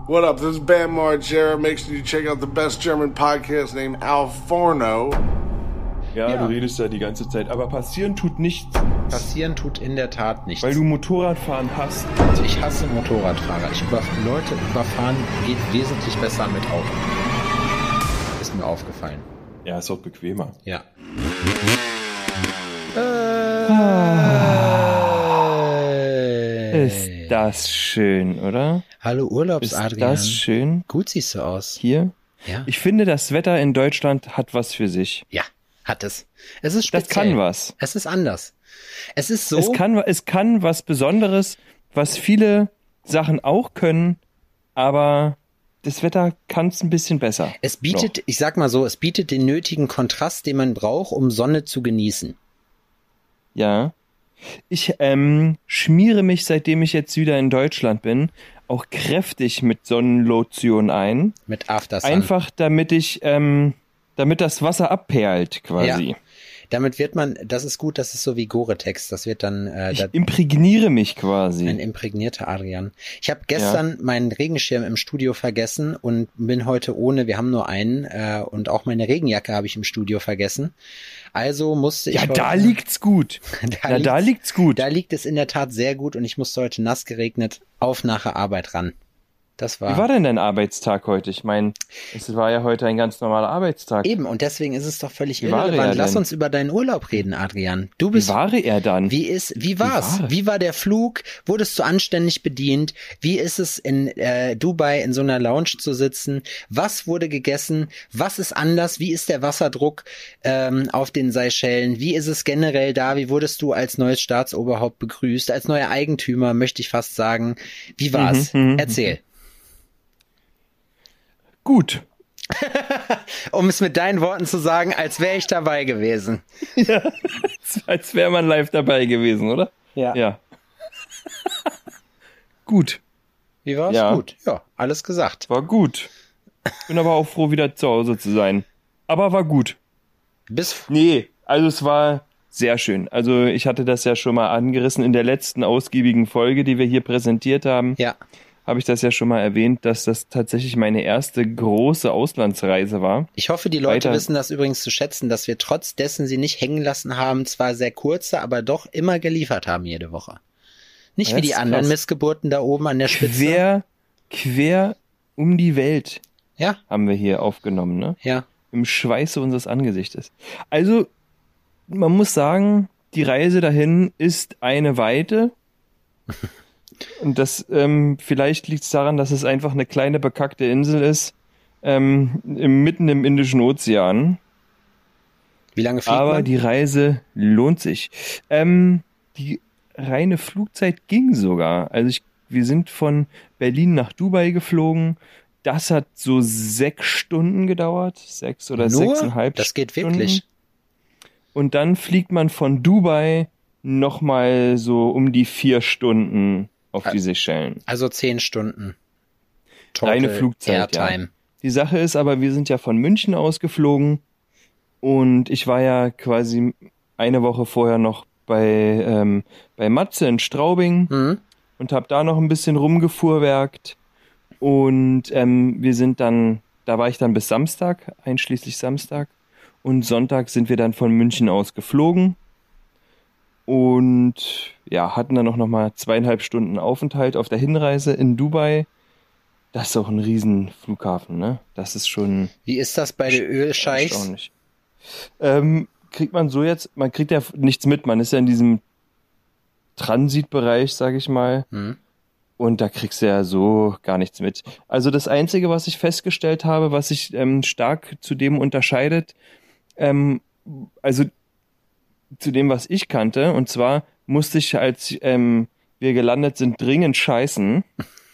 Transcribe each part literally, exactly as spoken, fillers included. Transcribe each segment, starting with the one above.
What up? This is Bam Margera. Make sure you check out the best German podcast named Al Forno. Ja, ja, du redest ja die ganze Zeit, aber passieren tut nichts. Passieren tut in der Tat nichts. Weil du Motorradfahren hast. Ich hasse Motorradfahrer. Ich über Leute überfahren geht wesentlich besser mit Auto. Ist mir aufgefallen. Ja, ist auch bequemer. Ja. Äh, ist das schön, oder? Hallo Urlaubsadrian. Ist das schön? Gut siehst du aus. Hier? Ja. Ich finde, das Wetter in Deutschland hat was für sich. Ja, hat es. Es ist speziell. Das kann was. Es ist anders. Es ist so. Es kann, es kann was Besonderes, was viele Sachen auch können, aber das Wetter kann es ein bisschen besser. Es bietet, noch. ich sag mal so, es bietet den nötigen Kontrast, den man braucht, um Sonne zu genießen. Ja. Ich ähm, schmiere mich, seitdem ich jetzt wieder in Deutschland bin, auch kräftig mit Sonnenlotion ein. Mit Aftersun. Einfach damit ich, ähm, damit das Wasser abperlt quasi. Ja. Damit wird man, das ist gut, das ist so wie Gore-Tex, das wird dann... Äh, ich imprägniere mich quasi. Ein imprägnierter Adrian. Ich habe gestern ja. meinen Regenschirm im Studio vergessen und bin heute ohne, wir haben nur einen, äh, und auch meine Regenjacke habe ich im Studio vergessen. Also musste ich... Ja, heute, da liegt's gut. da, ja, liegt's, da liegt's gut. Da liegt es in der Tat sehr gut und ich musste heute nass geregnet auf nach der Arbeit ran. Das war. Wie war denn dein Arbeitstag heute? Ich meine, es war ja heute ein ganz normaler Arbeitstag. Eben, und deswegen ist es doch völlig wie irrelevant. Lass uns über deinen Urlaub reden, Adrian. Du bist. Wie war er dann? Wie ist, wie war's? Wie, war? wie war der Flug? Wurdest du anständig bedient? Wie ist es in äh, Dubai in so einer Lounge zu sitzen? Was wurde gegessen? Was ist anders? Wie ist der Wasserdruck ähm, auf den Seychellen? Wie ist es generell da? Wie wurdest du als neues Staatsoberhaupt begrüßt? Als neuer Eigentümer, möchte ich fast sagen. Wie war's? Mhm, Erzähl. Gut. Um es mit deinen Worten zu sagen, als wäre ich dabei gewesen. Ja, als wäre man live dabei gewesen, oder? Ja. Ja. Gut. Wie war's? Ja. Gut. Ja, alles gesagt. War gut. Bin aber auch froh, wieder zu Hause zu sein. Aber war gut. Bis nee, also es war sehr schön. Also ich hatte das ja schon mal angerissen in der letzten ausgiebigen Folge, die wir hier präsentiert haben. Ja. Habe ich das ja schon mal erwähnt, dass das tatsächlich meine erste große Auslandsreise war. Ich hoffe, die Leute Weiter. wissen das übrigens zu schätzen, dass wir trotz dessen sie nicht hängen lassen haben, zwar sehr kurze, aber doch immer geliefert haben jede Woche. Nicht das wie die anderen krass. Missgeburten da oben an der Spitze. Quer, quer um die Welt ja. haben wir hier aufgenommen, ne? Ja. Im Schweiße unseres Angesichtes. Also, man muss sagen, die Reise dahin ist eine Weite. Und das, ähm, vielleicht liegt es daran, dass es einfach eine kleine bekackte Insel ist, ähm, im, mitten im Indischen Ozean. Wie lange fliegt Aber man? die Reise lohnt sich. Ähm, die reine Flugzeit ging sogar. Also ich, wir sind von Berlin nach Dubai geflogen. Das hat so sechs Stunden gedauert. Sechs oder Nur? sechseinhalb Das geht Stunden. wirklich. Und dann fliegt man von Dubai nochmal so um die vier Stunden auf die Seychellen. Also zehn Stunden. Reine Flugzeit, ja. Die Sache ist aber, wir sind ja von München ausgeflogen und ich war ja quasi eine Woche vorher noch bei, ähm, bei Matze in Straubing mhm. und habe da noch ein bisschen rumgefuhrwerkt und ähm, wir sind dann, da war ich dann bis Samstag, einschließlich Samstag und Sonntag sind wir dann von München aus geflogen. Und ja, hatten dann auch noch mal zweieinhalb Stunden Aufenthalt auf der Hinreise in Dubai. Das ist auch ein riesen Flughafen, ne? Das ist schon... Wie ist das bei den Ölscheichs? Ähm, kriegt man so jetzt, man kriegt ja nichts mit, man ist ja in diesem Transitbereich, sag ich mal. Hm. Und da kriegst du ja so gar nichts mit. Also das Einzige, was ich festgestellt habe, was sich ähm, stark zu dem unterscheidet, ähm, also zu dem, was ich kannte, und zwar musste ich, als ähm, wir gelandet sind, dringend scheißen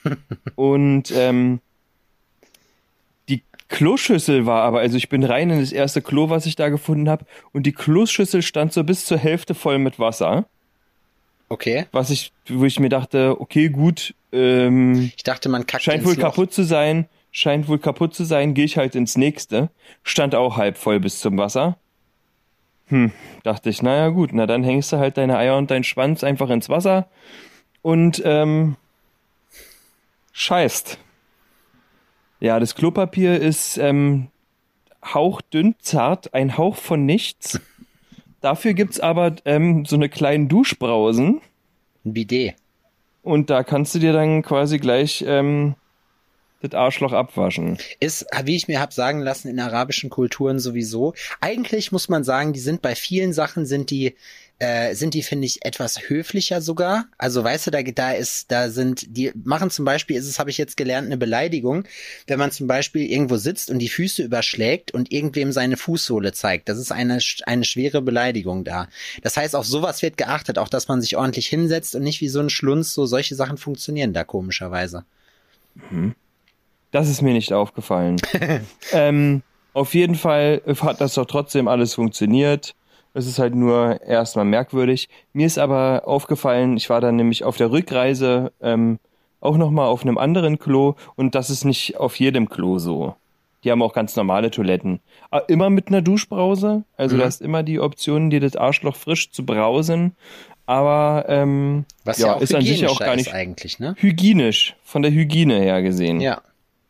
und ähm, die Kloschüssel war aber, also ich bin rein in das erste Klo, was ich da gefunden habe, und die Kloschüssel stand so bis zur Hälfte voll mit Wasser. Okay. Was ich, wo ich mir dachte, okay, gut, ähm, ich dachte, man kackt scheint wohl ins Loch. kaputt zu sein, scheint wohl kaputt zu sein, gehe ich halt ins nächste, stand auch halb voll bis zum Wasser. Hm, dachte ich, naja gut, na dann hängst du halt deine Eier und deinen Schwanz einfach ins Wasser und ähm, scheißt. Ja, das Klopapier ist ähm, hauchdünn, zart, ein Hauch von nichts. Dafür gibt's aber ähm, so eine kleinen Duschbrausen. Ein Bidet. Und da kannst du dir dann quasi gleich ähm, das Arschloch abwaschen. Ist, wie ich mir hab sagen lassen, in arabischen Kulturen sowieso. Eigentlich muss man sagen, die sind bei vielen Sachen, sind die, äh, sind die, finde ich, etwas höflicher sogar. Also weißt du, da, da ist, da sind, die machen zum Beispiel, ist es, habe ich jetzt gelernt, eine Beleidigung, wenn man zum Beispiel irgendwo sitzt und die Füße überschlägt und irgendwem seine Fußsohle zeigt. Das ist eine, eine schwere Beleidigung da. Das heißt, auf sowas wird geachtet, auch dass man sich ordentlich hinsetzt und nicht wie so ein Schlunz, so solche Sachen funktionieren da komischerweise. Mhm. Das ist mir nicht aufgefallen. ähm, auf jeden Fall hat das doch trotzdem alles funktioniert. Es ist halt nur erstmal merkwürdig. Mir ist aber aufgefallen, ich war dann nämlich auf der Rückreise ähm, auch nochmal auf einem anderen Klo und das ist nicht auf jedem Klo so. Die haben auch ganz normale Toiletten. Aber immer mit einer Duschbrause. Also Mhm. da ist immer die Option, dir das Arschloch frisch zu brausen. Aber ähm, Was ja, ja auch ist an sich auch hygienischer gar ist nicht eigentlich, ne? hygienisch, von der Hygiene her gesehen. Ja.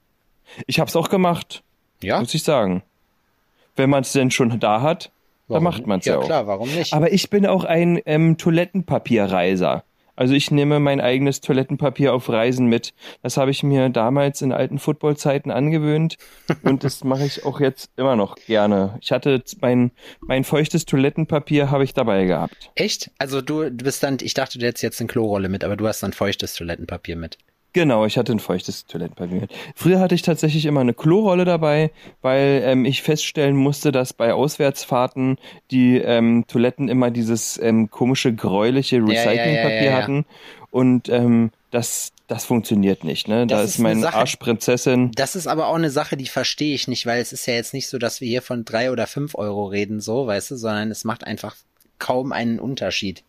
Ich hab's auch gemacht, Ja? muss ich sagen. Wenn man es denn schon da hat, dann macht man es ja, ja auch. klar, warum nicht? Aber ich bin auch ein ähm, Toilettenpapierreiser. Also ich nehme mein eigenes Toilettenpapier auf Reisen mit. Das habe ich mir damals in alten Footballzeiten angewöhnt und das mache ich auch jetzt immer noch gerne. Ich hatte mein, mein feuchtes Toilettenpapier habe ich dabei gehabt. Echt? Also du, du bist dann, ich dachte, du hättest jetzt eine Klorolle mit, aber du hast dann feuchtes Toilettenpapier mit. Genau, ich hatte ein feuchtes Toilettenpapier. Früher hatte ich tatsächlich immer eine Klorolle dabei, weil ähm, ich feststellen musste, dass bei Auswärtsfahrten die ähm, Toiletten immer dieses ähm, komische, gräuliche Recyclingpapier ja, ja, ja, ja. hatten. Und ähm, das, das funktioniert nicht, ne? Da Das ist ist eine meine Sache- Arschprinzessin. Das ist aber auch eine Sache, die verstehe ich nicht, weil es ist ja jetzt nicht so, dass wir hier von drei oder fünf Euro reden, so, weißt du, sondern es macht einfach kaum einen Unterschied.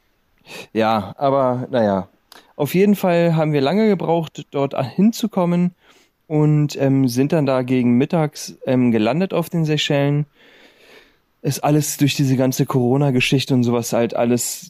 Ja, aber naja. Auf jeden Fall haben wir lange gebraucht, dort hinzukommen und ähm, sind dann da gegen mittags ähm, gelandet auf den Seychellen. Ist alles durch diese ganze Corona-Geschichte und sowas halt alles,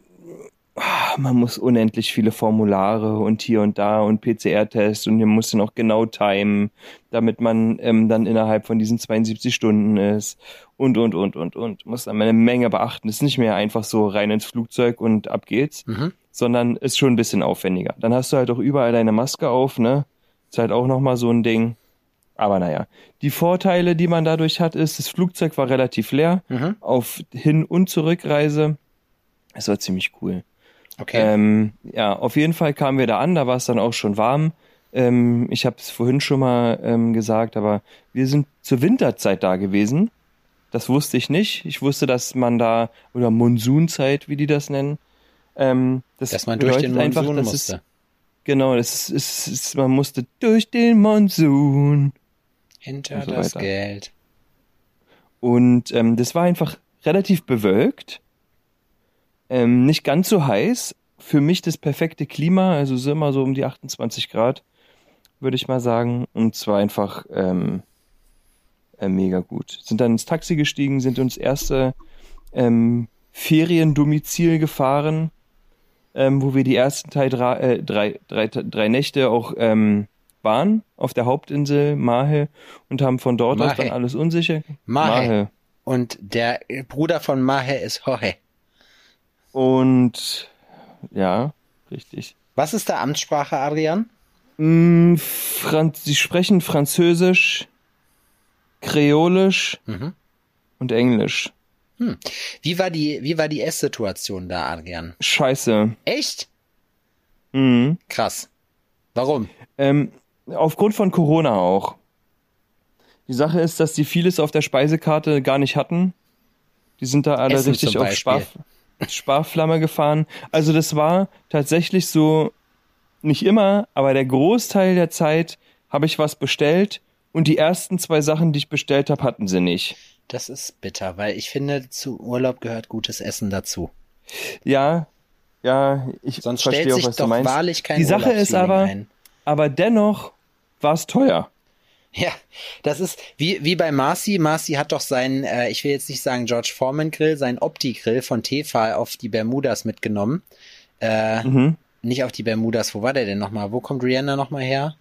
ah, man muss unendlich viele Formulare und hier und da und P C R-Tests und man muss den auch genau timen, damit man ähm, dann innerhalb von diesen zweiundsiebzig Stunden ist und, und, und, und, und. Muss dann eine Menge beachten. Ist nicht mehr einfach so rein ins Flugzeug und ab geht's. Mhm. Sondern ist schon ein bisschen aufwendiger. Dann hast du halt auch überall deine Maske auf, ne? Ist halt auch nochmal so ein Ding. Aber naja, die Vorteile, die man dadurch hat, ist, das Flugzeug war relativ leer. Mhm. Auf Hin- und Zurückreise. Es war ziemlich cool. Okay. Ähm, ja, auf jeden Fall kamen wir da an, da war es dann auch schon warm. Ähm, ich habe es vorhin schon mal ähm, gesagt, aber wir sind zur Winterzeit da gewesen. Das wusste ich nicht. Ich wusste, dass man da, oder Monsunzeit, wie die das nennen, Ähm, das Dass man durch den bedeutet Monsun einfach, dass musste. Es, genau, das ist, ist, ist, man musste durch den Monsun. Hinter und so das weiter. Geld. Und ähm, das war einfach relativ bewölkt. Ähm, nicht ganz so heiß. Für mich das perfekte Klima, also so immer so um die achtundzwanzig Grad, würde ich mal sagen. Und zwar einfach ähm, äh, mega gut. Sind dann ins Taxi gestiegen, sind uns erste ähm, Feriendomizil gefahren, ähm, wo wir die ersten Teil drei, äh, drei, drei, drei Nächte auch ähm, waren, auf der Hauptinsel Mahe und haben von dort aus Mahe. dann alles unsicher. Mahe. Und der Bruder von Mahe ist Jorge. Und ja, richtig. Was ist da Amtssprache, Adrian? Mm, Franz Sie sprechen Französisch, Kreolisch Mhm. und Englisch. Wie war die, wie war die Esssituation da, Adrian? Scheiße. Echt? Mhm. Krass. Warum? Ähm, aufgrund von Corona auch. Die Sache ist, dass die vieles auf der Speisekarte gar nicht hatten. Die sind da alle Essen richtig zum auf Spar Beispiel. Sparflamme gefahren. Also das war tatsächlich so, nicht immer, aber der Großteil der Zeit habe ich was bestellt und die ersten zwei Sachen, die ich bestellt habe, hatten sie nicht. Das ist bitter, weil ich finde, zu Urlaub gehört gutes Essen dazu. Ja, ja, ich Sonst verstehe stellt auch, sich was doch du meinst. wahrlich kein Die Sache ist Urlaubsfeeling aber, ein. aber dennoch war es teuer. Ja, das ist wie wie bei Marci. Marci hat doch seinen, äh, ich will jetzt nicht sagen George Foreman Grill, seinen Opti-Grill von Tefal auf die Bermudas mitgenommen. Äh, Mhm. Nicht auf die Bermudas, wo war der denn nochmal? Wo kommt Rihanna nochmal her?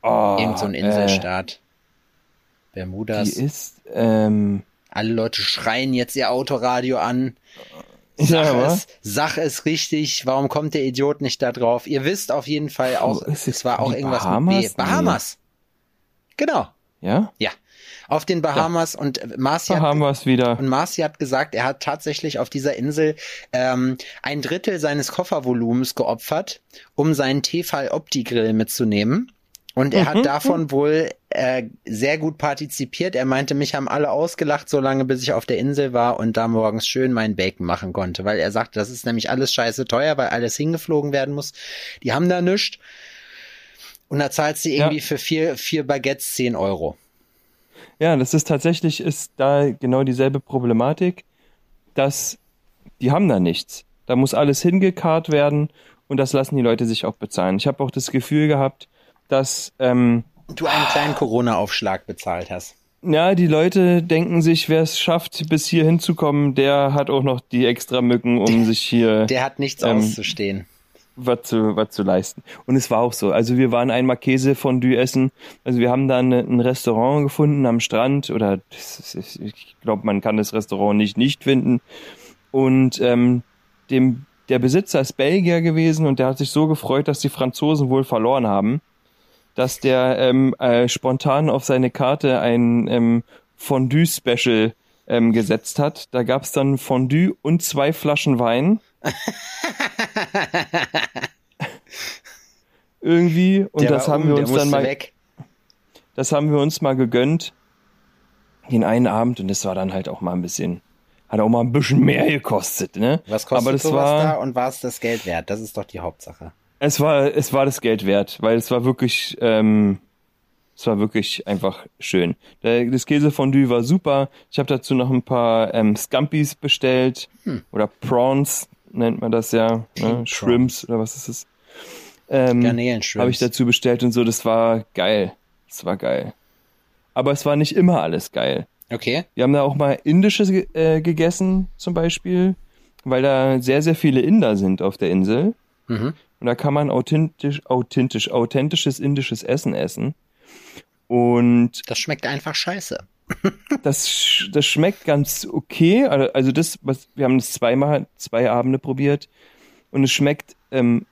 Oh, Irgend so ein Inselstaat. Äh, Bermudas. Die ist, ähm... Alle Leute schreien jetzt ihr Autoradio an. Ja, Sach, was? es, Sach ist richtig. Warum kommt der Idiot nicht da drauf? Ihr wisst auf jeden Fall auch, Puh, ist es war auch die irgendwas Bahamas? mit B. Bahamas. Genau. Ja? Ja. Auf den Bahamas ja. und Marci da haben wir es wieder. Und Marci hat gesagt, er hat tatsächlich auf dieser Insel ähm, ein Drittel seines Koffervolumens geopfert, um seinen Tefal Opti-Grill mitzunehmen. Und er mhm. hat davon wohl äh, sehr gut partizipiert. Er meinte, mich haben alle ausgelacht, so lange bis ich auf der Insel war und da morgens schön meinen Bacon machen konnte. Weil er sagte, das ist nämlich alles scheiße teuer, weil alles hingeflogen werden muss. Die haben da nichts. Und da zahlst du irgendwie ja. für vier, vier Baguettes zehn Euro. Ja, das ist tatsächlich, ist da genau dieselbe Problematik, dass die haben da nichts. Da muss alles hingekarrt werden und das lassen die Leute sich auch bezahlen. Ich habe auch das Gefühl gehabt, dass ähm, du einen kleinen Corona-Aufschlag bezahlt hast. Ja, die Leute denken sich, wer es schafft, bis hier hinzukommen, der hat auch noch die extra Mücken, um der, sich hier... Der hat nichts ähm, auszustehen. Was zu, was zu leisten. Und es war auch so. Also wir waren einmal Käsefondue essen. Also wir haben da eine, ein Restaurant gefunden am Strand oder ich glaube, man kann das Restaurant nicht nicht finden. Und ähm, dem der Besitzer ist Belgier gewesen und der hat sich so gefreut, dass die Franzosen wohl verloren haben, dass der ähm, äh, spontan auf seine Karte ein ähm, Fondue-Special ähm, gesetzt hat. Da gab es dann Fondue und zwei Flaschen Wein. Irgendwie. Und der das haben um, wir uns dann mal. Weg. Das haben wir uns mal gegönnt. Den einen Abend. Und das war dann halt auch mal ein bisschen. Hat auch mal ein bisschen mehr gekostet, ne? Was kostet Aber das sowas war, da und war es das Geld wert? Das ist doch die Hauptsache. Es war, es war das Geld wert, weil es war wirklich, ähm, es war wirklich einfach schön. Der, das Käsefondue war super. Ich habe dazu noch ein paar ähm, Scampis bestellt. Hm. Oder Prawns nennt man das ja. Ne? Shrimps oder was ist es? Ähm, Garnelenshrimps. Habe ich dazu bestellt und so. Das war geil. Das war geil. Aber es war nicht immer alles geil. Okay. Wir haben da auch mal indisches äh, gegessen zum Beispiel, weil da sehr, sehr viele Inder sind auf der Insel. Mhm. Und da kann man authentisch, authentisch, authentisches indisches Essen essen. Und das schmeckt einfach scheiße. das, das schmeckt ganz okay. Also das, was wir haben das zweimal, zwei Abende probiert. Und es schmeckt ähm,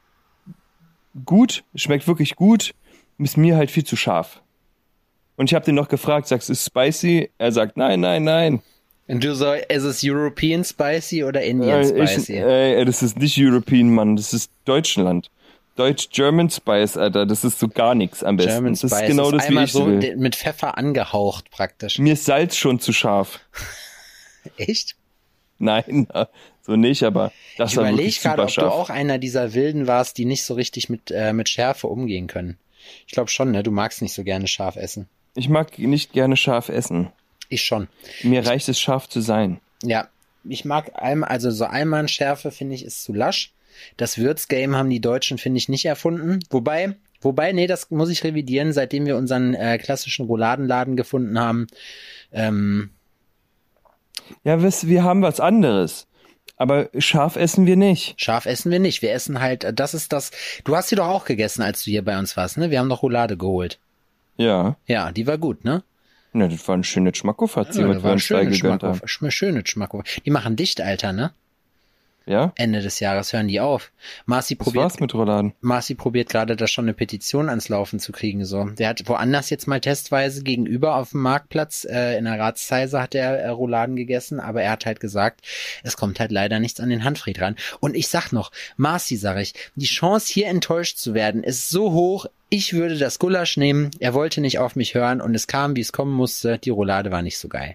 gut. Es schmeckt wirklich gut. Ist mir halt viel zu scharf. Und ich habe den noch gefragt, sagst du, ist spicy? Er sagt, nein, nein, nein. Und du so, ist es European Spicy oder Indian äh, Spicy? Ich, äh, das ist nicht European, Mann. Das ist Deutschland. Deutsch-German Spice, Alter. Das ist so gar nichts am besten. German das ist Spice genau ist das, wie einmal ich so will. mit Pfeffer angehaucht praktisch. Mir ist Salz schon zu scharf. Echt? Nein, so nicht, aber das ich war überlege wirklich gerade, super ob scharf. du auch einer dieser Wilden warst, die nicht so richtig mit, äh, mit Schärfe umgehen können. Ich glaube schon, ne? Du magst nicht so gerne scharf essen. Ich mag nicht gerne scharf essen. Ich schon. Mir reicht es, scharf zu sein. Ja, ich mag Alm, also so Alman-Schärfe finde ich ist zu lasch. Das Würzgame haben die Deutschen, finde ich, nicht erfunden. Wobei, wobei, nee, das muss ich revidieren, seitdem wir unseren äh, klassischen Rouladenladen gefunden haben. Ähm, ja, wir, wir haben was anderes. Aber scharf essen wir nicht. Scharf essen wir nicht. Wir essen halt, das ist das. Du hast sie doch auch gegessen, als du hier bei uns warst, ne? Wir haben doch Roulade geholt. Ja. Ja, die war gut, ne? Ne, das war ein schönes Schmackofatzi, Ja, was wir uns da gegönnt haben. Schöne Schmacko. Die machen dicht, Alter, ne? Ja? Ende des Jahres hören die auf. Marci Was probiert, war's mit Rouladen? Marci probiert gerade, da schon eine Petition ans Laufen zu kriegen, so. Der hat woanders jetzt mal testweise gegenüber auf dem Marktplatz, äh, in der Ratszeise hat er äh, Rouladen gegessen, aber er hat halt gesagt, es kommt halt leider nichts an den Handfried ran. Und ich sag noch, Marci, sag ich, die Chance hier enttäuscht zu werden ist so hoch, ich würde das Gulasch nehmen, er wollte nicht auf mich hören und es kam, wie es kommen musste, die Roulade war nicht so geil.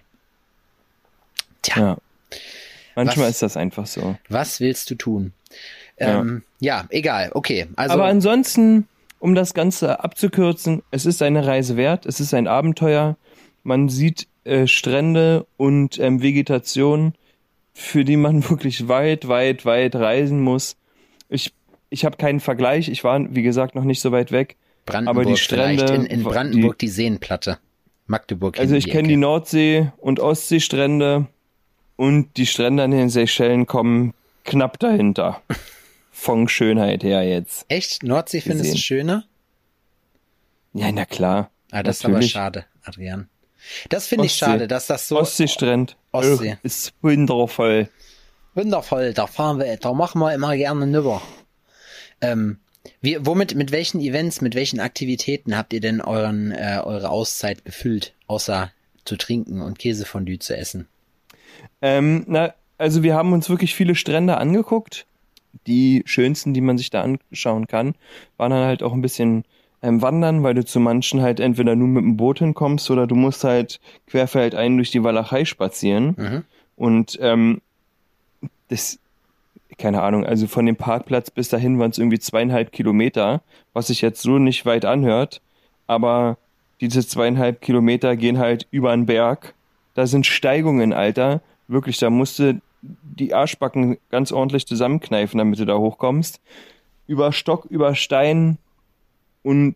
Tja. Ja. Manchmal Was? ist das einfach so. Was willst du tun? Ähm, ja. ja, egal, okay. Also, aber ansonsten, um das Ganze abzukürzen, es ist eine Reise wert, es ist ein Abenteuer. Man sieht äh, Strände und ähm, Vegetation, für die man wirklich weit, weit, weit reisen muss. Ich, ich habe keinen Vergleich, ich war, wie gesagt, noch nicht so weit weg. Brandenburg aber die Strände, vielleicht, in, in Brandenburg die, die Seenplatte. Magdeburg. Also ich kenne die Nordsee- und Ostseestrände. Und die Strände an den Seychellen kommen knapp dahinter. Von Schönheit her jetzt. Echt? Nordsee findest du schöner? Ja, na klar. Ah, das natürlich. ist aber schade, Adrian. Das finde ich Ostsee. schade, dass das so... Ostseestrand. Ostsee. Oh, ist wundervoll. Wundervoll, da fahren wir, da machen wir immer gerne nüber. Ähm, wie, womit, mit welchen Events, mit welchen Aktivitäten habt ihr denn euren, äh, eure Auszeit gefüllt, außer zu trinken und Käsefondue zu essen? Ähm, na, also wir haben uns wirklich viele Strände angeguckt. Die schönsten, die man sich da anschauen kann, waren dann halt auch ein bisschen ähm, wandern, weil du zu manchen halt entweder nur mit dem Boot hinkommst oder du musst halt querfeldein durch die Walachei spazieren. Mhm. Und ähm, das, keine Ahnung, also von dem Parkplatz bis dahin waren es irgendwie zweieinhalb Kilometer, was sich jetzt so nicht weit anhört, aber diese zweieinhalb Kilometer gehen halt über einen Berg. Da sind Steigungen, Alter. Wirklich, da musst du die Arschbacken ganz ordentlich zusammenkneifen, damit du da hochkommst. Über Stock, über Stein und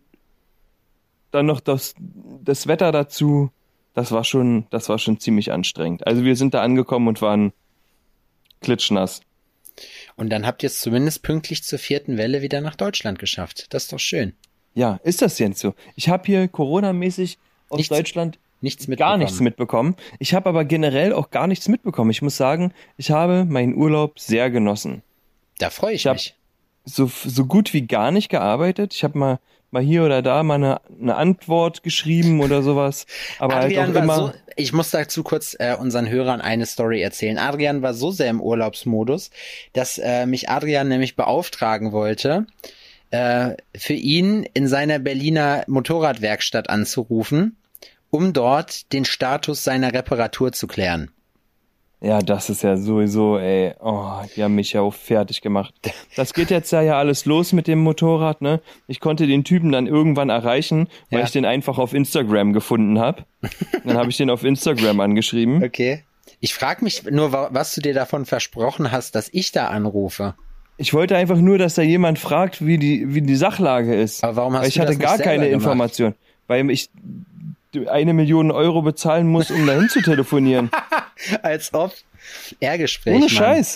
dann noch das, das Wetter dazu. Das war schon, das war schon ziemlich anstrengend. Also wir sind da angekommen und waren klitschnass. Und dann habt ihr es zumindest pünktlich zur vierten Welle wieder nach Deutschland geschafft. Das ist doch schön. Ja, ist das jetzt so? Ich habe hier Corona-mäßig aus Nichts- Deutschland Nichts gar mitbekommen. nichts mitbekommen. Ich habe aber generell auch gar nichts mitbekommen. Ich muss sagen, ich habe meinen Urlaub sehr genossen. Da freue ich Ich hab- mich. So, so gut wie gar nicht gearbeitet. Ich habe mal, mal hier oder da mal eine, eine Antwort geschrieben oder sowas. Aber Adrian halt war auch immer. so, ich muss dazu kurz äh, unseren Hörern eine Story erzählen. Adrian war so sehr im Urlaubsmodus, dass äh, mich Adrian nämlich beauftragen wollte, äh, für ihn in seiner Berliner Motorradwerkstatt anzurufen, um dort den Status seiner Reparatur zu klären. Ja, das ist ja sowieso, ey, oh, die haben mich ja auch fertig gemacht. Das geht jetzt ja, ja alles los mit dem Motorrad, ne? Ich konnte den Typen dann irgendwann erreichen, weil Ja. ich den einfach auf Instagram gefunden habe. Dann habe ich den auf Instagram angeschrieben. Okay. Ich frage mich nur, wa- was du dir davon versprochen hast, dass ich da anrufe. Ich wollte einfach nur, dass da jemand fragt, wie die, wie die Sachlage ist. Aber warum hast weil ich du hatte das nicht gar selber keine gemacht? Information. Weil ich eine Million Euro bezahlen muss, um dahin zu telefonieren. Als ob. R-Gespräch, Ohne Mann. Scheiß.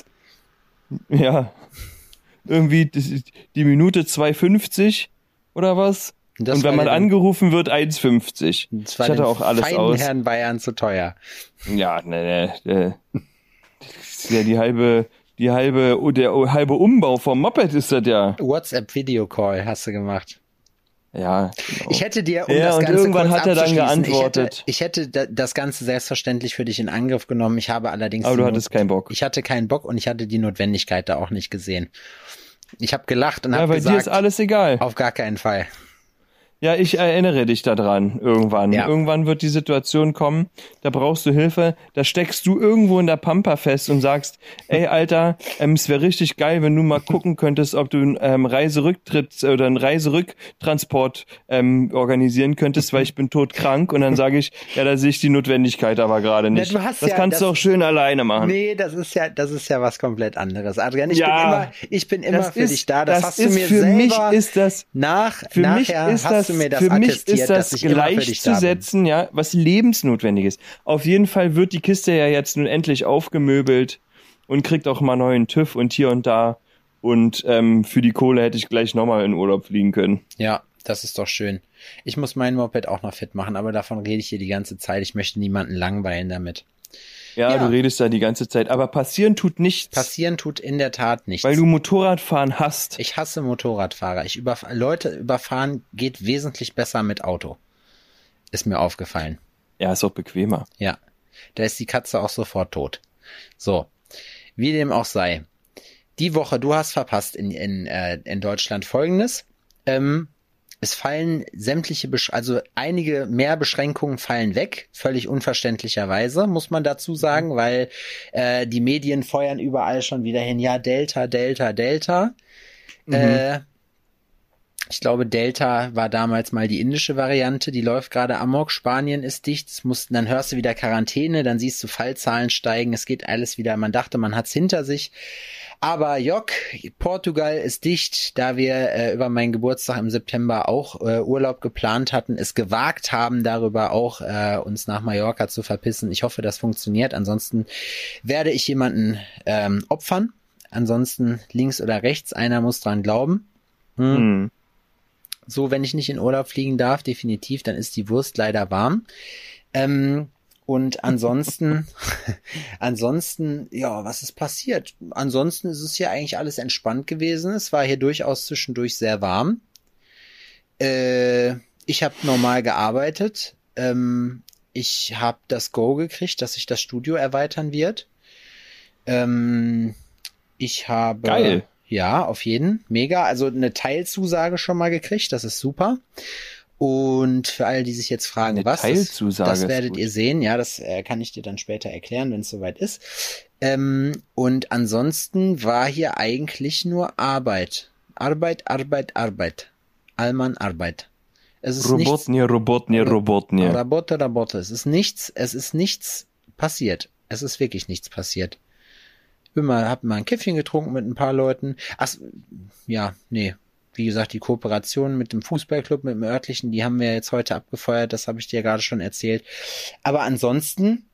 Ja. Irgendwie die, die Minute zwei fünfzig oder was? Das Und war wenn man dem- angerufen wird, eins fünfzig. Ich Das war hatte dem auch alles feinen aus. Herrn Bayern zu teuer. Ja, ne, ne, ne. Das ist ja die halbe, die halbe, oh, der oh, halbe Umbau vom Moped ist das ja. WhatsApp-Video-Call hast du gemacht. Ja, genau. Ich hätte dir, um Ja, das und Ganze irgendwann kurz hat er dann abzuschließen, geantwortet. Ich hätte, ich hätte da- das Ganze selbstverständlich für dich in Angriff genommen. Ich habe allerdings... Aber die du hattest keinen Bock. Ich hatte keinen Bock und ich hatte die Notwendigkeit da auch nicht gesehen. Ich habe gelacht und Ja, habe weil dir ist gesagt, alles egal. auf gar keinen Fall. Ja, ich erinnere dich daran, irgendwann. Ja. Irgendwann wird die Situation kommen, da brauchst du Hilfe, da steckst du irgendwo in der Pampa fest und sagst, ey, Alter, ähm, es wäre richtig geil, wenn du mal gucken könntest, ob du einen ähm, Reiserücktritt oder einen Reiserücktransport ähm, organisieren könntest, weil ich bin todkrank. Und dann sage ich, ja, da sehe ich die Notwendigkeit aber gerade nicht. du hast das ja- kannst das- du auch schön alleine machen. Nee, das ist ja, das ist ja was komplett anderes. Adrian, ich Ja, bin immer, ich bin immer das für ist- dich da. Das, das hast du ist mir für selber mich ist das- nach, Für mich nachher ist hast das, du mir das für mich attestiert, ist das dass ich immer für dich da bin. gleichzusetzen, ja, was lebensnotwendig ist. Auf jeden Fall wird die Kiste ja jetzt nun endlich aufgemöbelt und kriegt auch mal neuen TÜV und hier und da. Und ähm, für die Kohle hätte ich gleich nochmal in Urlaub fliegen können. Ja, das ist doch schön. Ich muss mein Moped auch noch fit machen, aber davon rede ich hier die ganze Zeit. Ich möchte niemanden langweilen damit. Ja, Ja. du redest da die ganze Zeit. Aber passieren tut nichts, Passieren tut in der Tat nichts. weil du Motorradfahren hast. Ich hasse Motorradfahrer. Ich überf- Leute überfahren geht wesentlich besser mit Auto. Ist mir aufgefallen. Ja, ist auch bequemer. Ja. Da ist die Katze auch sofort tot. So. Wie dem auch sei. Die Woche, du hast verpasst in, in, äh, in Deutschland Folgendes. Ähm, es fallen sämtliche, Besch- also einige mehr Beschränkungen fallen weg, völlig unverständlicherweise, muss man dazu sagen, weil äh, die Medien feuern überall schon wieder hin, ja, Delta, Delta, Delta. Äh, ich glaube, Delta war damals mal die indische Variante, die läuft gerade amok, Spanien ist dicht, es mussten, dann hörst du wieder Quarantäne, dann siehst du Fallzahlen steigen, es geht alles wieder, man dachte, man hat's hinter sich. Aber Jok, Portugal ist dicht, da wir äh, über meinen Geburtstag im September auch äh, Urlaub geplant hatten, es gewagt haben, darüber auch äh, uns nach Mallorca zu verpissen. Ich hoffe, das funktioniert. Ansonsten werde ich jemanden ähm, opfern. Ansonsten links oder rechts, einer muss dran glauben. Hm. Hm. So, wenn ich nicht in Urlaub fliegen darf, definitiv, dann ist die Wurst leider warm. Ähm, und ansonsten, ansonsten, ja, was ist passiert? Ansonsten ist es hier eigentlich alles entspannt gewesen. Es war hier durchaus zwischendurch sehr warm. Äh, ich habe normal gearbeitet. Ähm, ich habe das Go gekriegt, dass sich das Studio erweitern wird. Ähm, ich habe... Geil. Ja, auf jeden. Mega. Also eine Teilzusage schon mal gekriegt. Das ist super. Und für alle, die sich jetzt fragen, Eine was Teilzusage das, das ist werdet gut. ihr sehen. Ja, das äh, kann ich dir dann später erklären, wenn es soweit ist. Ähm, und ansonsten war hier eigentlich nur Arbeit. Arbeit, Arbeit, Arbeit. Allmann Arbeit. Es ist Robotnie, Robotnie, Robotnie. nichts. Roboter, Roboter. Es ist nichts, es ist nichts passiert. Es ist wirklich nichts passiert. Bin mal, hab mal ein Käffchen getrunken mit ein paar Leuten. Ach, ja, nee. Wie gesagt, die Kooperation mit dem Fußballclub, mit dem örtlichen, die haben wir jetzt heute abgefeuert. Das habe ich dir gerade schon erzählt. Aber ansonsten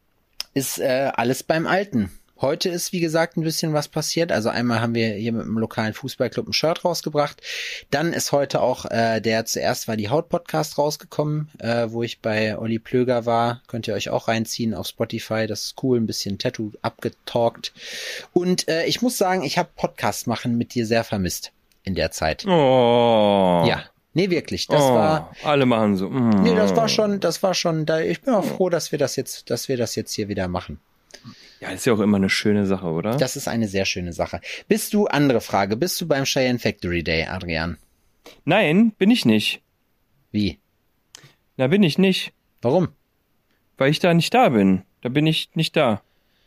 ist äh, alles beim Alten. Heute ist, wie gesagt, ein bisschen was passiert. Also einmal haben wir hier mit dem lokalen Fußballclub ein Shirt rausgebracht. Dann ist heute auch äh, der zuerst war die Haut-Podcast rausgekommen, äh, wo ich bei Olli Plöger war. Könnt ihr euch auch reinziehen auf Spotify. Das ist cool, ein bisschen Tattoo abgetalkt. Und äh, ich muss sagen, ich habe Podcast machen mit dir sehr vermisst in der Zeit. Oh. Ja, nee, wirklich. Das oh. war... Alle machen so. Mm. Nee, das war schon, das war schon, da, ich bin auch froh, dass wir das jetzt, dass wir das jetzt hier wieder machen. Ja, ist ja auch immer eine schöne Sache, oder? Das ist eine sehr schöne Sache. Bist du, andere Frage, bist du beim Cheyenne Factory Day, Adrian? Nein, bin ich nicht. Wie? Na, bin ich nicht. Warum? Weil ich da nicht da bin. Da bin ich nicht da.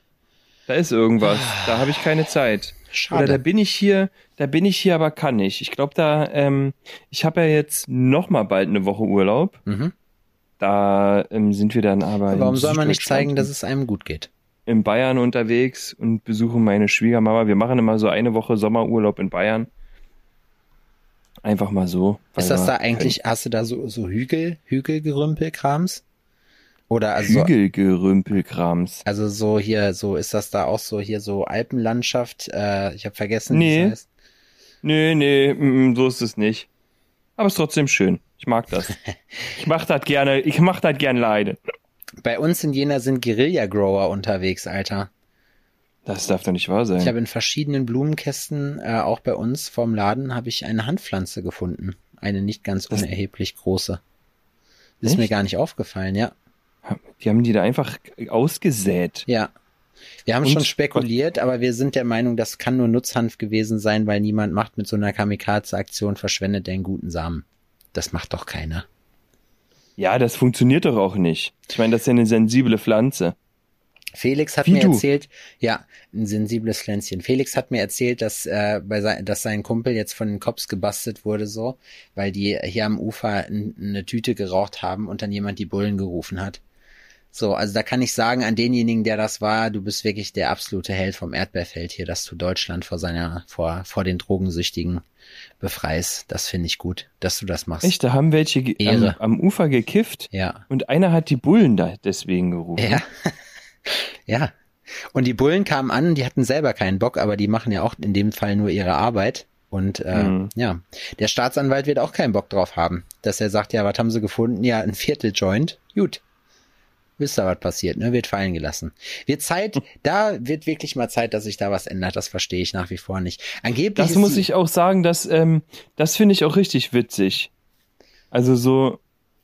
Da ist irgendwas. Da habe ich keine Zeit. Schade. Oder da bin ich hier, da bin ich hier, aber kann nicht. Ich glaube, da, ähm, ich habe ja jetzt noch mal bald eine Woche Urlaub. Mhm. Da ähm, sind wir dann aber. Warum in soll man nicht Süddeutschland zeigen, dass es einem gut geht? in Bayern unterwegs und besuchen meine Schwiegermama. Wir machen immer so eine Woche Sommerurlaub in Bayern. Einfach mal so. Ist das da eigentlich, hast du da so, so Hügel, Hügelgerümpelkrams? Oder also, Hügelgerümpelkrams. also so hier, so ist das da auch so hier so Alpenlandschaft? Äh, ich habe vergessen, Nee. wie es heißt. Nee, nee, mm, so ist es nicht. Aber es ist trotzdem schön. Ich mag das. Ich mach das gerne, ich mach das gerne leide. Bei uns in Jena sind Guerilla-Grower unterwegs, Alter. Das darf doch nicht wahr sein. Ich habe in verschiedenen Blumenkästen, äh, auch bei uns vorm Laden, habe ich eine Handpflanze gefunden. Eine nicht ganz Das- unerheblich große. Ist Echt? mir gar nicht aufgefallen, ja. Die haben die da einfach ausgesät. Ja. Wir haben Und- schon spekuliert, aber wir sind der Meinung, das kann nur Nutzhanf gewesen sein, weil niemand macht mit so einer Kamikaze-Aktion, verschwendet den guten Samen. Das macht doch keiner. Ja, das funktioniert doch auch nicht. Ich meine, das ist ja eine sensible Pflanze. Felix hat Wie mir du. erzählt, ja, ein sensibles Pflänzchen. Felix hat mir erzählt, dass äh, bei sein, dass sein Kumpel jetzt von den Cops gebastelt wurde, so, weil die hier am Ufer n- eine Tüte geraucht haben und dann jemand die Bullen gerufen hat. So, also da kann ich sagen an denjenigen, der das war, du bist wirklich der absolute Held vom Erdbeerfeld hier, dass du Deutschland vor seiner, vor, vor den Drogensüchtigen befreist. Das finde ich gut, dass du das machst. Echt, da haben welche ge- am, Ehre. am Ufer gekifft Ja. und einer hat die Bullen da deswegen gerufen. Ja. Ja. Und die Bullen kamen an, die hatten selber keinen Bock, aber die machen ja auch in dem Fall nur ihre Arbeit. Und äh, Mhm. ja, der Staatsanwalt wird auch keinen Bock drauf haben, dass er sagt, ja, was haben sie gefunden? Ja, ein Vierteljoint. Gut. Wisst ihr, was passiert, ne? Wird fallen gelassen. Wird Zeit, da wird wirklich mal Zeit, dass sich da was ändert. Das verstehe ich nach wie vor nicht. Angeblich Das ist muss die- ich auch sagen, dass, ähm, das finde ich auch richtig witzig. Also so,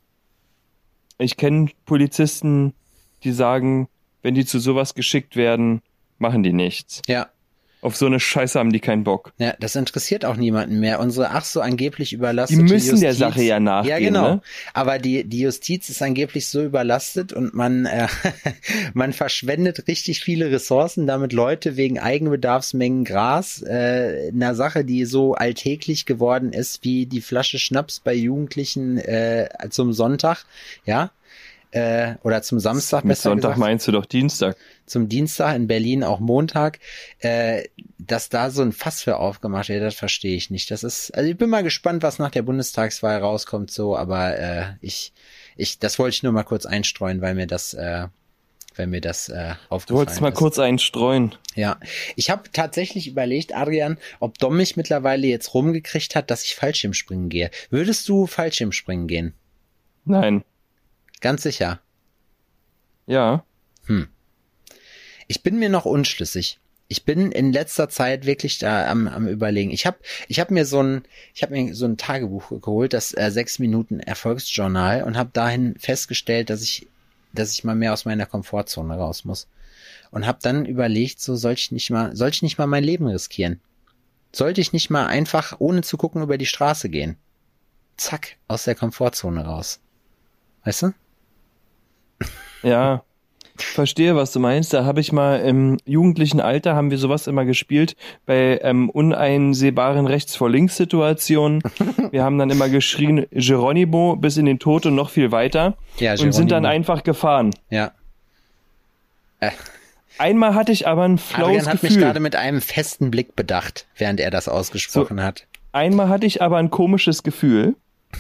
ich kenne Polizisten, die sagen, wenn die zu sowas geschickt werden, machen die nichts. Ja. Auf so eine Scheiße haben die keinen Bock. Ja, das interessiert auch niemanden mehr. Unsere ach so angeblich überlastete Die müssen Justiz, der Sache ja nachgehen, Ja, genau. ne? Aber die die Justiz ist angeblich so überlastet und man äh, man verschwendet richtig viele Ressourcen, damit Leute wegen Eigenbedarfsmengen Gras, äh, einer Sache, die so alltäglich geworden ist wie die Flasche Schnaps bei Jugendlichen äh, zum Sonntag, ja, äh, oder zum Samstag Mit besser Sonntag gesagt. meinst du doch Dienstag. Zum Dienstag, in Berlin auch Montag, äh, dass da so ein Fass für aufgemacht wird, das verstehe ich nicht. Das ist, also ich bin mal gespannt, was nach der Bundestagswahl rauskommt, so, aber äh, ich, ich, das wollte ich nur mal kurz einstreuen, weil mir das, äh, wenn mir das äh, Du aufgefallen wolltest mal ist. kurz einen streuen. Ja, ich habe tatsächlich überlegt, Adrian, ob Dom mich mittlerweile jetzt rumgekriegt hat, dass ich Fallschirmspringen gehe. Würdest du Fallschirmspringen gehen? Nein. Ganz sicher. Ja. Ich bin mir noch unschlüssig. Ich bin in letzter Zeit wirklich da am, am Überlegen. Ich habe ich hab mir so ein ich habe mir so ein Tagebuch geholt, das äh, sechs Minuten Erfolgsjournal, und habe dahin festgestellt, dass ich dass ich mal mehr aus meiner Komfortzone raus muss. Und habe dann überlegt, so soll ich nicht mal soll ich nicht mal mein Leben riskieren? Sollte ich nicht mal einfach ohne zu gucken über die Straße gehen? Zack, aus der Komfortzone raus. Weißt du? Ja. Verstehe, was du meinst. Da habe ich mal im jugendlichen Alter, haben wir sowas immer gespielt, bei ähm, uneinsehbaren Rechts-vor-Links-Situationen. Wir haben dann immer geschrien, Geronimo bis in den Tod und noch viel weiter. Ja, und sind dann Geronimo. einfach gefahren. Ja. Äh, Einmal hatte ich aber ein flaues Adrian hat mich Gefühl. gerade mit einem festen Blick bedacht, während er das ausgesprochen hat. Einmal hatte ich aber ein komisches Gefühl.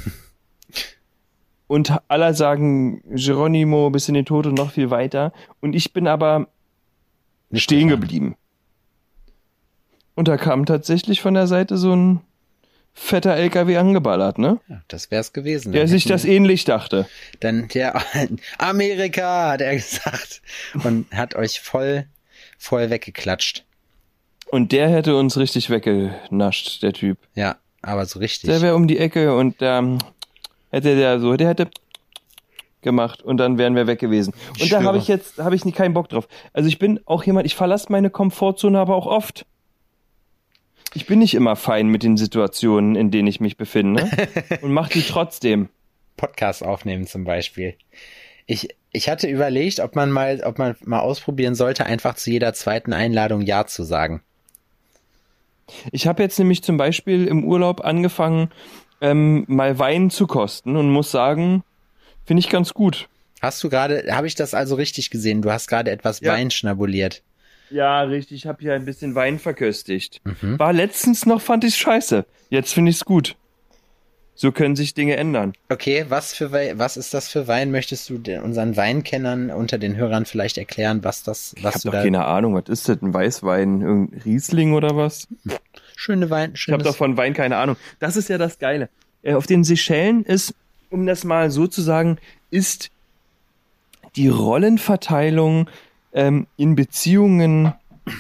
Und alle sagen Geronimo bis in den Tod und noch viel weiter. Und ich bin aber Nicht stehen gefahren. geblieben. Und da kam tatsächlich von der Seite so ein fetter L K W angeballert, ne? Ja, das wär's gewesen. Der Dann sich hätten das wir- ähnlich dachte. Dann der Amerika, hat er gesagt. Und hat euch voll, voll weggeklatscht. Und der hätte uns richtig weggenascht, der Typ. Ja, aber so richtig. Der wäre um die Ecke und ähm, hätte der so, der hätte gemacht und dann wären wir weg gewesen. Und Ich da habe schwöre. ich jetzt, da habe ich nie keinen Bock drauf. Also ich bin auch jemand, ich verlasse meine Komfortzone aber auch oft. Ich bin nicht immer fein mit den Situationen, in denen ich mich befinde und mache die trotzdem. Podcast aufnehmen zum Beispiel. Ich, ich hatte überlegt, ob man mal, ob man mal ausprobieren sollte, einfach zu jeder zweiten Einladung Ja zu sagen. Ich habe jetzt nämlich zum Beispiel im Urlaub angefangen, ähm, mal Wein zu kosten und muss sagen, finde ich ganz gut. Hast du gerade, habe ich das also richtig gesehen? Du hast gerade etwas Ja. Wein schnabuliert. Ja, richtig, ich habe hier ein bisschen Wein verköstigt. Mhm. War letztens noch, fand ich scheiße. Jetzt finde ich es gut. So können sich Dinge ändern. Okay, was für Wei- was ist das für Wein? Möchtest du den, unseren Weinkennern unter den Hörern vielleicht erklären, was das, Ich was habe du doch da keine Ahnung, was ist das, ein Weißwein, irgendein Riesling oder was? schöne Wein, Ich habe schönes doch von Wein keine Ahnung. Das ist ja das Geile. Äh, Auf den Seychellen ist, um das mal so zu sagen, ist die Rollenverteilung ähm, in Beziehungen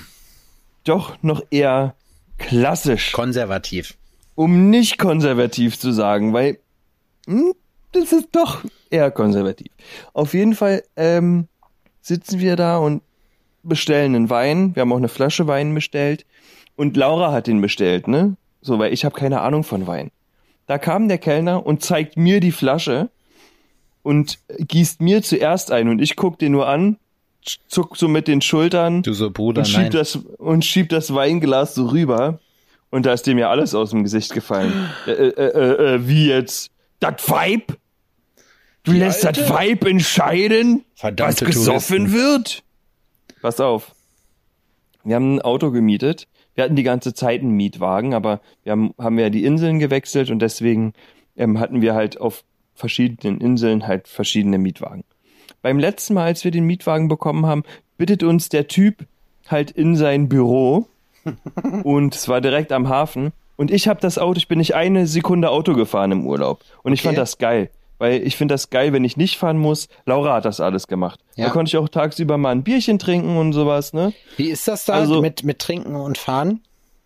doch noch eher klassisch, konservativ. um nicht konservativ zu sagen, weil hm, das ist doch eher konservativ. Auf jeden Fall ähm, sitzen wir da und bestellen einen Wein. Wir haben auch eine Flasche Wein bestellt und Laura hat den bestellt, ne? So, weil ich habe keine Ahnung von Wein. Da kam der Kellner und zeigt mir die Flasche und gießt mir zuerst ein und ich guck den nur an, zuck so mit den Schultern Du so Bruder, und nein. schieb das und schieb das Weinglas so rüber und da ist dem ja alles aus dem Gesicht gefallen. äh, äh, äh, äh, wie jetzt? Das Weib? Du Die lässt das Alte? Weib entscheiden, Verdammte was gesoffen Touristen. wird? Pass auf. Wir haben ein Auto gemietet. Wir hatten die ganze Zeit einen Mietwagen, aber wir haben, haben ja die Inseln gewechselt und deswegen ähm, hatten wir halt auf verschiedenen Inseln halt verschiedene Mietwagen. Beim letzten Mal, als wir den Mietwagen bekommen haben, bittet uns der Typ halt in sein Büro und es war direkt am Hafen und ich habe das Auto, ich bin nicht eine Sekunde Auto gefahren im Urlaub und ich Okay. fand das geil, weil ich finde das geil, wenn ich nicht fahren muss. Laura hat das alles gemacht. Ja. Da konnte ich auch tagsüber mal ein Bierchen trinken und sowas, ne? Wie ist das da Also- mit, mit Trinken und Fahren?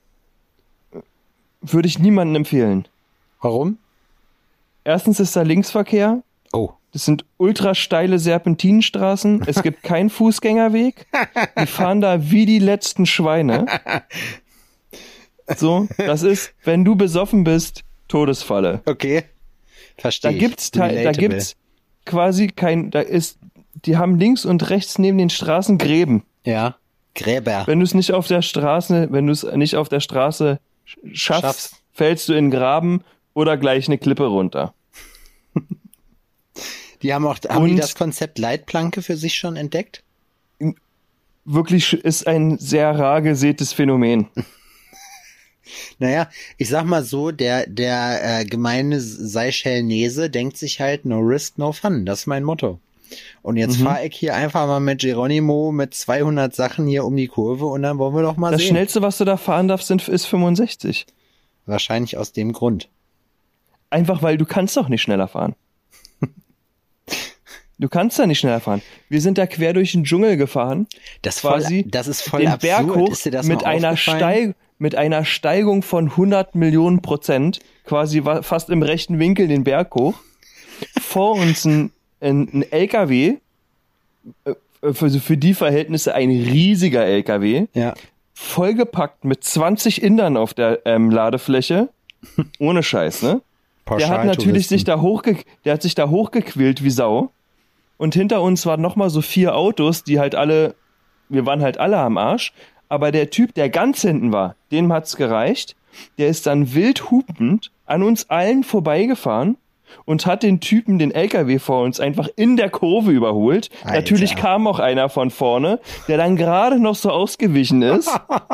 Würde ich niemandem empfehlen. Warum? Erstens ist da Linksverkehr. Oh. Das sind ultra steile Serpentinenstraßen. Es gibt keinen Fußgängerweg. Die fahren da wie die letzten Schweine. So, das ist, wenn du besoffen bist, Todesfalle. Okay. Verstehe Da ich. gibt's, te- da Relatable. gibt's quasi kein, da ist, die haben links und rechts neben den Straßen Gräben. Ja. Gräber. Wenn du es nicht auf der Straße, wenn du es nicht auf der Straße sch- schaffst, Schaffst. fällst du in den Graben oder gleich eine Klippe runter. Die haben auch, haben die Und- das Konzept Leitplanke für sich schon entdeckt? Wirklich ist ein sehr rar gesätes Phänomen. Naja, ich sag mal so, der, der äh, gemeine Seychellnese denkt sich halt, no risk, no fun. Das ist mein Motto. Und jetzt Mhm. fahre ich hier einfach mal mit Geronimo mit zweihundert Sachen hier um die Kurve und dann wollen wir doch mal Das sehen. schnellste, was du da fahren darfst, sind, ist fünfundsechzig. Wahrscheinlich aus dem Grund. Einfach, weil du kannst doch nicht schneller fahren. Du kannst da nicht schneller fahren. Wir sind da quer durch den Dschungel gefahren. Das, quasi voll, das ist voll den absurd. Berg hoch Ist dir das mit mal einer aufgefallen? Steig mit einer Steigung von hundert Millionen Prozent, quasi wa- fast im rechten Winkel den Berg hoch. Vor uns ein, ein, ein L K W, äh, für, für die Verhältnisse ein riesiger L K W, Ja. vollgepackt mit zwanzig Indern auf der ähm, Ladefläche. Ohne Scheiß, ne? Der hat natürlich sich da hochge der hat sich da hochgequält wie Sau. Und hinter uns waren nochmal so vier Autos, die halt alle, wir waren halt alle am Arsch. Aber der Typ, der ganz hinten war, dem hat's gereicht. Der ist dann wild hupend an uns allen vorbeigefahren und hat den Typen, den L K W vor uns, einfach in der Kurve überholt. Alter. Natürlich kam auch einer von vorne, der dann gerade noch so ausgewichen ist.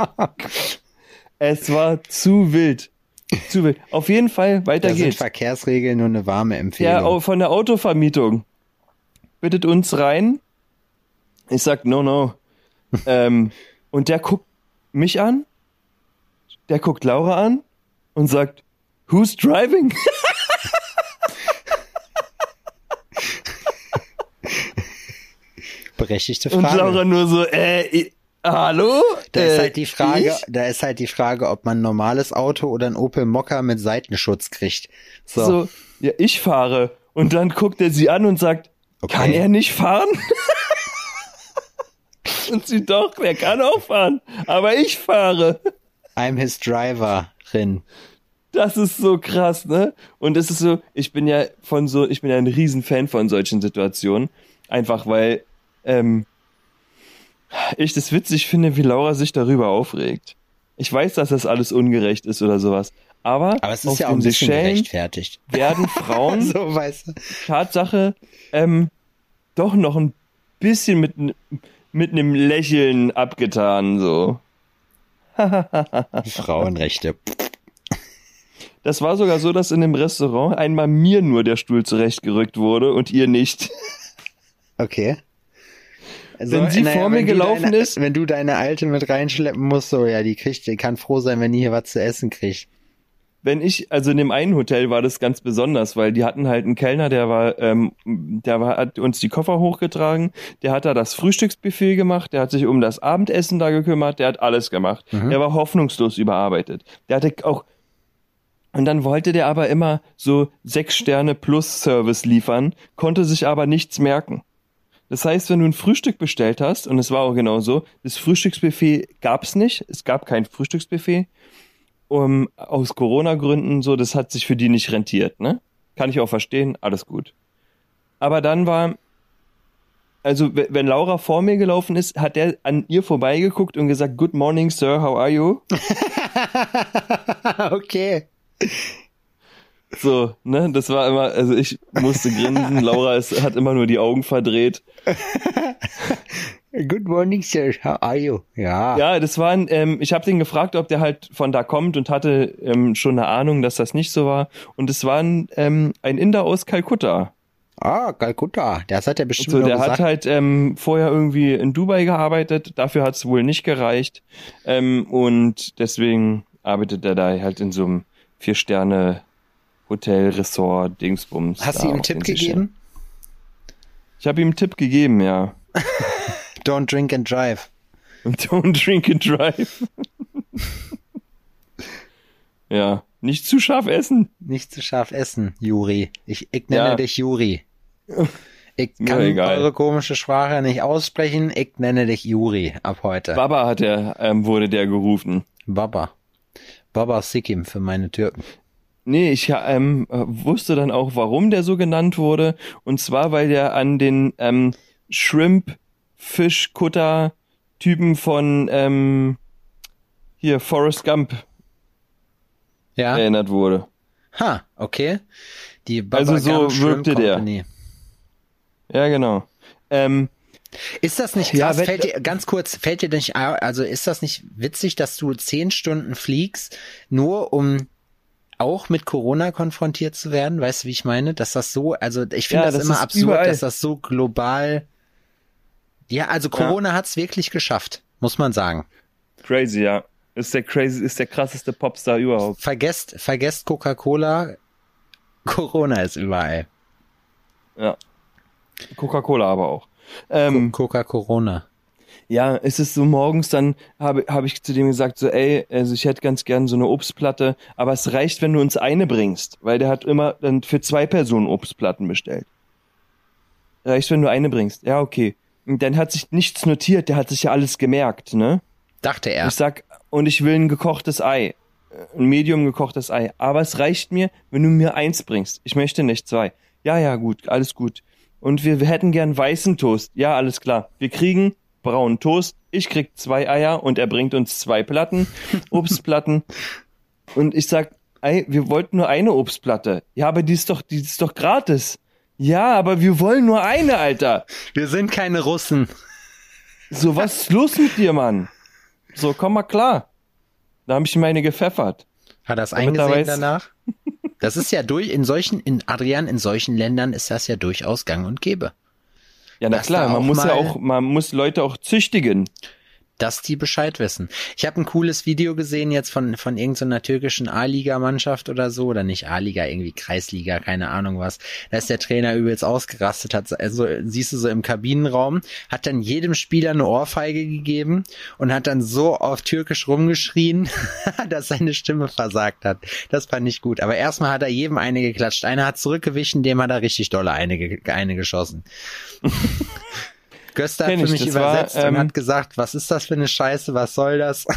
Es war zu wild. Zu wild. Auf jeden Fall, weiter Da sind geht's. Verkehrsregeln nur eine warme Empfehlung. Der au- von der Autovermietung bittet uns rein. Ich sag, no, no. ähm, und der guckt mich an, der guckt Laura an und sagt, who's driving? Berechtigte Und Frage. Laura nur so, äh, i- hallo? Da äh, ist halt die Frage, ich? da ist halt die Frage, ob man ein normales Auto oder ein Opel Mokka mit Seitenschutz kriegt. So. So, ja, ich fahre. Und dann guckt er sie an und sagt, Okay. kann er nicht fahren? Und sie, doch, er kann auch fahren, aber ich fahre. I'm his driverin. Das ist so krass, ne? Und es ist so, ich bin ja von so, ich bin ja ein Riesenfan von solchen Situationen. Einfach weil ähm, ich das witzig finde, wie Laura sich darüber aufregt. Ich weiß, dass das alles ungerecht ist oder sowas. Aber, Aber es ist auf ja auch ein den bisschen Seychellen gerechtfertigt. werden Frauen So, weißt du. Tatsache ähm, doch noch ein bisschen mit, n- mit einem Lächeln abgetan, so. Frauenrechte. Das war sogar so, dass in dem Restaurant einmal mir nur der Stuhl zurechtgerückt wurde und ihr nicht. Okay. Also, Wenn sie vor mir wenn du gelaufen deine, ist- Wenn du deine Alte mit reinschleppen musst, so, ja, die kriegt, die kann froh sein, wenn die hier was zu essen kriegt. Wenn ich, also in dem einen Hotel war das ganz besonders, weil die hatten halt einen Kellner, der war, ähm, der war, hat uns die Koffer hochgetragen, der hat da das Frühstücksbuffet gemacht, der hat sich um das Abendessen da gekümmert, der hat alles gemacht. Der war hoffnungslos überarbeitet. Der hatte auch, und dann wollte der aber immer so sechs Sterne plus Service liefern, konnte sich aber nichts merken. Das heißt, wenn du ein Frühstück bestellt hast, und es war auch genau so, das Frühstücksbuffet gab's nicht, es gab kein Frühstücksbuffet, um, aus Corona-Gründen so, das hat sich für die nicht rentiert, ne? Kann ich auch verstehen, alles gut. Aber dann war, also w- wenn Laura vor mir gelaufen ist, hat der an ihr vorbeigeguckt und gesagt, good morning, sir, how are you? Okay. So, ne, das war immer, also ich musste grinsen, Laura ist, hat immer nur die Augen verdreht. Good morning, sir. How are you? Ja. Ja, das war ein, ähm, ich habe den gefragt, ob der halt von da kommt und hatte ähm, schon eine Ahnung, dass das nicht so war. Und es war ein, ähm, ein Inder aus Kalkutta. Ah, Kalkutta. Das hat er bestimmt So, noch der gesagt. hat halt ähm, vorher irgendwie in Dubai gearbeitet, dafür hat es wohl nicht gereicht. Ähm, und deswegen arbeitet er da halt in so einem Vier-Sterne-Hotel, Resort, Dingsbums. Hast da du ihm einen auf Tipp den Seychellen. gegeben? Ich habe ihm einen Tipp gegeben, ja. Don't drink and drive. Don't drink and drive. Ja, nicht zu scharf essen. Nicht zu scharf essen, Juri. Ich, ich nenne Ja. dich Juri. Ich Mir kann egal. eure komische Sprache nicht aussprechen. Ich nenne dich Juri ab heute. Baba hat er, ähm, wurde der gerufen. Baba. Baba Sikkim für meine Türken. Nee, ich ähm, wusste dann auch, warum der so genannt wurde. Und zwar, weil der an den ähm, Shrimp-Fisch-Kutter-Typen von ähm, hier Forrest Gump Ja? erinnert wurde. Ha, okay. Die Baba Also so Gump Shrimp wirkte der. Company. Ja, genau. Ähm, Ist das nicht Ja, krass? wenn- fällt dir, ganz kurz, fällt dir nicht, au- also ist das nicht witzig, dass du zehn Stunden fliegst, nur um auch mit Corona konfrontiert zu werden? Weißt du, wie ich meine? Dass das so, also ich finde Ja, das, das immer ist absurd, überall. dass das so global, ja, also Corona hat's wirklich geschafft, muss man sagen. Crazy, ja. Ist der crazy, ist der krasseste Popstar überhaupt. Vergesst, vergesst Coca-Cola, Corona ist überall. Ja. Coca-Cola aber auch. Ähm, Co- Coca-Corona. Ja, es ist so morgens, dann habe hab ich zu dem gesagt, so ey, also ich hätte ganz gern so eine Obstplatte, aber es reicht, wenn du uns eine bringst, weil der hat immer dann für zwei Personen Obstplatten bestellt. Reicht, wenn du eine bringst. Ja, okay. Und dann hat sich nichts notiert, der hat sich ja alles gemerkt, ne? Dachte er. Ich sag, und ich will ein gekochtes Ei. Ein Medium gekochtes Ei. Aber es reicht mir, wenn du mir eins bringst. Ich möchte nicht zwei. Ja, ja, gut, alles gut. Und wir, wir hätten gern weißen Toast. Ja, alles klar. Wir kriegen braunen Toast. Ich krieg zwei Eier und er bringt uns zwei Platten, Obstplatten. Und ich sag, ey, wir wollten nur eine Obstplatte. Ja, aber die ist doch, die ist doch gratis. Ja, aber wir wollen nur eine, Alter. Wir sind keine Russen. So, was ist los mit dir, Mann? So, komm mal klar. Da habe ich meine gepfeffert. Hat er es Damit eingesehen er weiß- danach? Das ist ja durch, in solchen, in Adrian, in solchen Ländern ist das ja durchaus gang und gäbe. Ja, na Dass klar, da man auch muss ja mal- auch, man muss Leute auch züchtigen. Dass die Bescheid wissen. Ich habe ein cooles Video gesehen jetzt von von irgendeiner türkischen A-Liga-Mannschaft oder so, oder nicht A-Liga, irgendwie Kreisliga, keine Ahnung was. Da ist der Trainer übelst ausgerastet, hat also siehst du so im Kabinenraum, hat dann jedem Spieler eine Ohrfeige gegeben und hat dann so auf Türkisch rumgeschrien, dass seine Stimme versagt hat. Das fand ich gut. Aber erstmal hat er jedem eine geklatscht. Einer hat zurückgewichen, dem hat er richtig dolle eine, ge- eine geschossen. Göster hat Kenn für ich, mich das war, übersetzt ähm, und hat gesagt, was ist das für eine Scheiße, was soll das?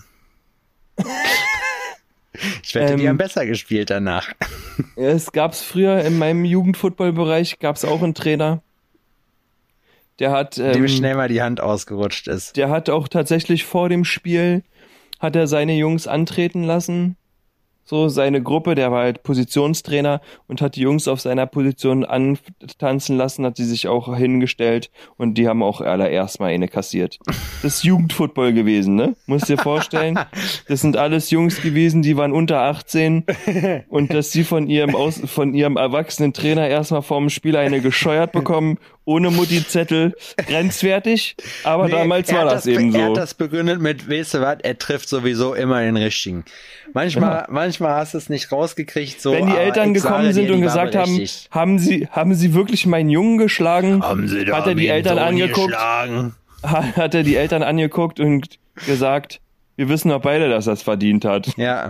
Ich wette, die Ähm, haben besser gespielt danach. Es gab's früher in meinem Jugendfootballbereich, gab's auch einen Trainer. Der hat, Dem ähm, schnell mal die Hand ausgerutscht ist. der hat auch tatsächlich vor dem Spiel, hat er seine Jungs antreten lassen. So seine Gruppe, der war halt Positionstrainer und hat die Jungs auf seiner Position antanzen lassen, hat sie sich auch hingestellt und die haben auch allererst mal eine kassiert. Das ist Jugendfootball gewesen, ne? Musst dir vorstellen. Das sind alles Jungs gewesen, die waren unter achtzehn und dass sie von ihrem Aus von ihrem erwachsenen Trainer erstmal vorm Spiel eine gescheuert bekommen, ohne Mutti-Zettel, grenzwertig, aber Nee, damals er war hat das eben Er hat so. das begründet mit, weißt du was, er trifft sowieso immer den Richtigen. Manchmal, Ja. manchmal hast du es nicht rausgekriegt, so. Wenn die aber Eltern ich sage gekommen sind dir, und die war gesagt haben, berechtigt. haben sie, haben sie wirklich meinen Jungen geschlagen? Haben sie da hat er die meinen Eltern Sohn angeguckt? geschlagen? Ha- Hat er die Eltern angeguckt und gesagt, wir wissen doch beide, dass er es verdient hat. Ja.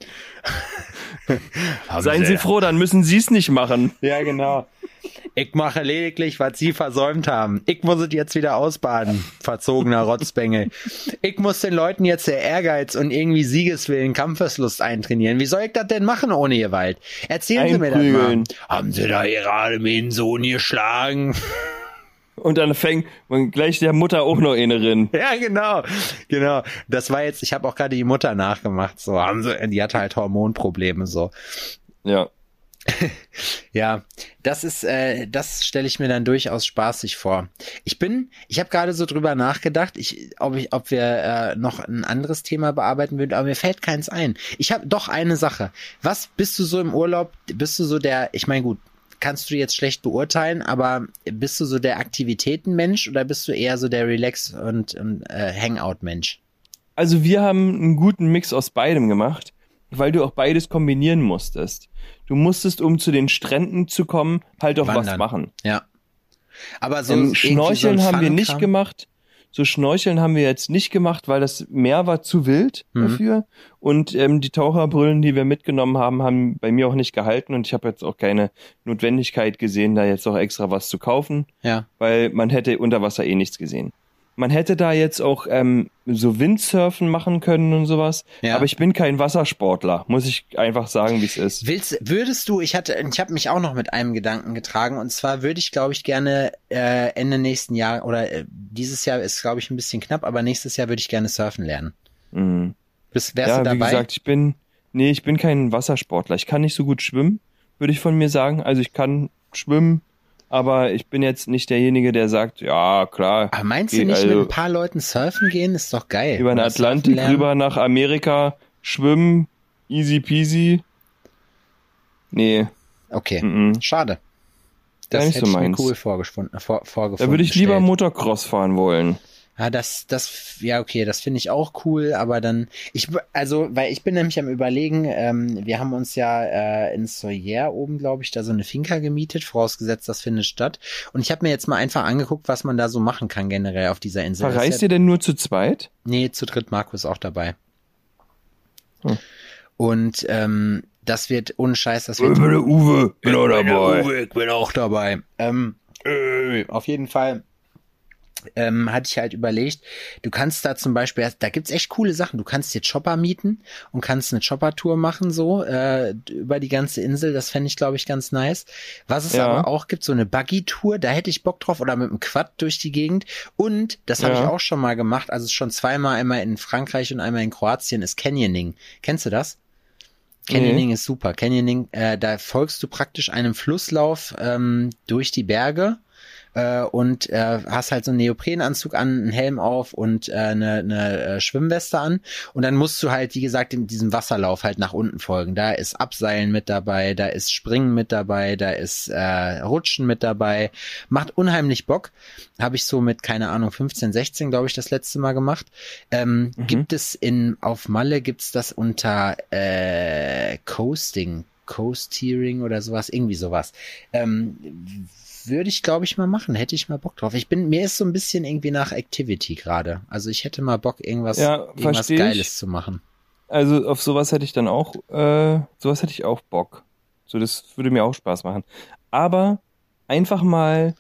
Haben Seien Sie froh, dann müssen Sie es nicht machen. Ja, genau. Ich mache lediglich, was Sie versäumt haben. Ich muss es jetzt wieder ausbaden, verzogener Rotzbengel. Ich muss den Leuten jetzt der Ehrgeiz und irgendwie Siegeswillen, Kampfeslust eintrainieren. Wie soll ich das denn machen ohne Gewalt? Erzählen Sie mir das mal. Einprügeln. Haben Sie da gerade meinen Sohn geschlagen? Und dann fängt man gleich der Mutter auch noch eine rein. Ja, genau. Genau. Das war jetzt, ich habe auch gerade die Mutter nachgemacht. So, haben sie, die hatte halt Hormonprobleme, so. Ja. Ja, das ist, äh, das stelle ich mir dann durchaus spaßig vor. Ich bin, ich habe gerade so drüber nachgedacht, ich, ob ich, ob wir äh, noch ein anderes Thema bearbeiten würden, aber mir fällt keins ein. Ich habe doch eine Sache. Was bist du so im Urlaub? Bist du so der, ich meine gut, kannst du jetzt schlecht beurteilen, aber bist du so der Aktivitätenmensch oder bist du eher so der Relax- und, und äh, Hangout-Mensch? Also wir haben einen guten Mix aus beidem gemacht, weil du auch beides kombinieren musstest. Du musstest, um zu den Stränden zu kommen, halt auch was Wandern. machen. Ja. Aber so Ähm, irgendwie Schnorcheln so ein haben wir nicht Fun-Kram? gemacht. So Schnorcheln haben wir jetzt nicht gemacht, weil das Meer war zu wild Mhm. dafür. Und ähm, die Taucherbrillen, die wir mitgenommen haben, haben bei mir auch nicht gehalten. Und ich habe jetzt auch keine Notwendigkeit gesehen, da jetzt auch extra was zu kaufen, Ja. weil man hätte unter Wasser eh nichts gesehen. Man hätte da jetzt auch ähm, so Windsurfen machen können und sowas. Ja. Aber ich bin kein Wassersportler, muss ich einfach sagen, wie es ist. Willst, würdest du, ich hatte, ich habe mich auch noch mit einem Gedanken getragen und zwar würde ich, glaube ich, gerne äh, Ende nächsten Jahr oder äh, dieses Jahr ist, glaube ich, ein bisschen knapp, aber nächstes Jahr würde ich gerne surfen lernen. Mhm. Bist, wärst Ja, du dabei? wie gesagt, ich bin, nee, ich bin kein Wassersportler. Ich kann nicht so gut schwimmen, würde ich von mir sagen. Also ich kann schwimmen, aber ich bin jetzt nicht derjenige, der sagt, ja, klar. aber meinst du geh, nicht also mit ein paar Leuten surfen gehen? Ist doch geil. über den Oder surfen Atlantik lernen? rüber nach Amerika schwimmen, easy peasy. Nee. Okay, Mhm. schade. Gar Das nicht hätte so ich mir meins. cool vorgefunden, vor, vorgefunden. Da würde ich lieber gestellt. Motocross fahren wollen. Ja, das, das, ja, okay, das finde ich auch cool, aber dann, ich, also, weil ich bin nämlich am Überlegen, ähm, wir haben uns ja äh, in Soyer oben, glaube ich, da so eine Finca gemietet, vorausgesetzt, das findet statt. Und ich habe mir jetzt mal einfach angeguckt, was man da so machen kann generell auf dieser Insel. Verreist ja, ihr denn nur zu zweit? Nee, zu dritt, Markus auch dabei. Hm. Und ähm, das wird, ohne Scheiß, das wird... Ich bin der Uwe, bin auch Ich bin der dabei. Uwe, ich bin auch dabei. Ähm, äh, auf jeden Fall ähm, hatte ich halt überlegt, du kannst da zum Beispiel, da gibt's echt coole Sachen. Du kannst dir Chopper mieten und kannst eine Chopper-Tour machen, so äh, über die ganze Insel. Das fände ich, glaube ich, ganz nice. Was es Ja. aber auch gibt, so eine Buggy-Tour, da hätte ich Bock drauf, oder mit einem Quad durch die Gegend. Und, das habe Ja. ich auch schon mal gemacht, also schon zweimal, einmal in Frankreich und einmal in Kroatien, ist Canyoning. Kennst du das? Canyoning Nee. ist super. Canyoning, äh, da folgst du praktisch einem Flusslauf ähm, durch die Berge äh, und äh, hast halt so einen Neoprenanzug an, einen Helm auf und äh, eine, eine äh, Schwimmweste an. Und dann musst du halt, wie gesagt, in diesem Wasserlauf halt nach unten folgen. Da ist Abseilen mit dabei, da ist Springen mit dabei, da ist äh, Rutschen mit dabei. Macht unheimlich Bock. Habe ich so mit, keine Ahnung, fünfzehn, sechzehn, glaube ich, das letzte Mal gemacht. Ähm, Mhm. Gibt es in, auf Malle gibt's das unter äh, Coasting, Coasteering oder sowas, irgendwie sowas. Ähm, würde ich, glaube ich, mal machen. Hätte ich mal Bock drauf. Ich bin, mir ist so ein bisschen irgendwie nach Activity gerade. Also ich hätte mal Bock, irgendwas, Ja, irgendwas versteh ich. Geiles zu machen. Also auf sowas hätte ich dann auch, äh, sowas hätte ich auch Bock. So, das würde mir auch Spaß machen. Aber einfach mal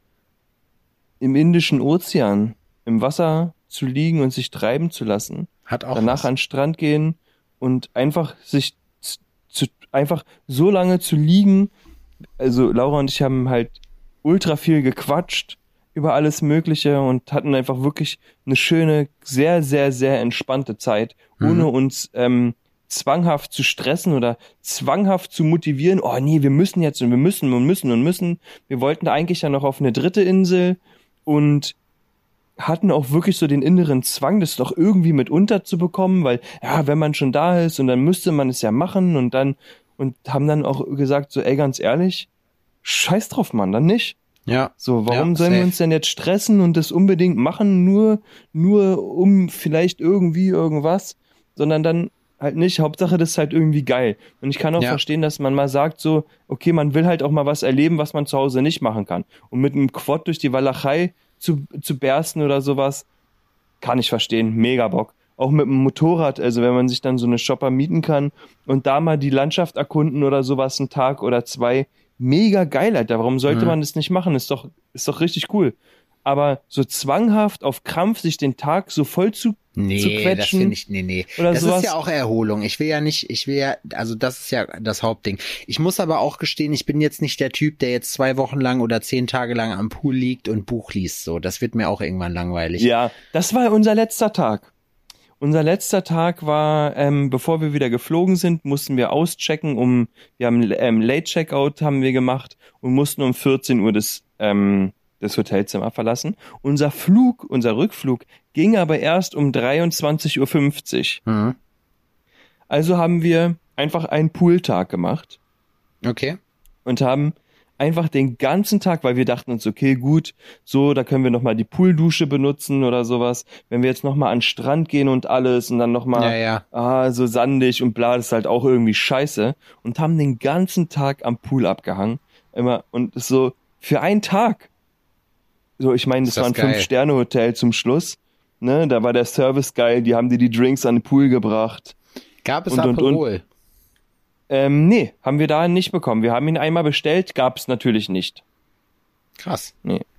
im Indischen Ozean im Wasser zu liegen und sich treiben zu lassen, Hat auch danach was. an den Strand gehen und einfach sich z- zu, einfach so lange zu liegen. Also Laura und ich haben halt ultra viel gequatscht über alles Mögliche und hatten einfach wirklich eine schöne, sehr, sehr, sehr entspannte Zeit, ohne Mhm. uns ähm, zwanghaft zu stressen oder zwanghaft zu motivieren, oh nee, wir müssen jetzt und wir müssen und müssen und müssen. Wir wollten da eigentlich ja noch auf eine dritte Insel und hatten auch wirklich so den inneren Zwang, das doch irgendwie mit unterzubekommen, weil, ja, wenn man schon da ist und dann müsste man es ja machen und dann, und haben dann auch gesagt, so, ey, ganz ehrlich, scheiß drauf, Mann, dann nicht. Ja. So, warum Ja, sollen wir safe. uns denn jetzt stressen und das unbedingt machen, nur, nur um vielleicht irgendwie irgendwas, sondern dann halt nicht. Hauptsache, das ist halt irgendwie geil. Und ich kann auch Ja. verstehen, dass man mal sagt so, okay, man will halt auch mal was erleben, was man zu Hause nicht machen kann. Und mit einem Quad durch die Walachei zu, zu bersten oder sowas, kann ich verstehen. Mega Bock. Auch mit dem Motorrad, also wenn man sich dann so eine Shopper mieten kann und da mal die Landschaft erkunden oder sowas, einen Tag oder zwei, mega geil, Alter. Warum sollte Mhm. man das nicht machen? Ist doch, ist doch richtig cool. Aber so zwanghaft auf Krampf sich den Tag so voll zu, zu Nee, das quetschen. finde ich, nee, nee. oder Das sowas. ist ja auch Erholung. Ich will ja nicht, ich will ja, also das ist ja das Hauptding. Ich muss aber auch gestehen, ich bin jetzt nicht der Typ, der jetzt zwei Wochen lang oder zehn Tage lang am Pool liegt und Buch liest. So, das wird mir auch irgendwann langweilig. Ja, das war unser letzter Tag. Unser letzter Tag war, ähm, bevor wir wieder geflogen sind, mussten wir auschecken, um, wir haben ähm, Late Checkout haben wir gemacht und mussten um vierzehn Uhr das, ähm, das Hotelzimmer verlassen. Unser Flug, unser Rückflug ging aber erst um dreiundzwanzig Uhr fünfzig. Mhm. Also haben wir einfach einen Pooltag gemacht Okay. und haben einfach den ganzen Tag, weil wir dachten uns, okay, gut, so, da können wir nochmal die Pooldusche benutzen oder sowas. Wenn wir jetzt nochmal an den Strand gehen und alles und dann nochmal, Ja, ja. ah, so sandig und bla, das ist halt auch irgendwie scheiße. Und haben den ganzen Tag am Pool abgehangen. Immer, und so, für einen Tag. So, ich meine, das Ist das war ein geil. Fünf-Sterne-Hotel zum Schluss. Ne, da war der Service geil, die haben dir die Drinks an den Pool gebracht. Gab es Und, und, und. Aperol? Ähm, nee, haben wir da nicht bekommen. Wir haben ihn einmal bestellt, gab's natürlich nicht. Krass.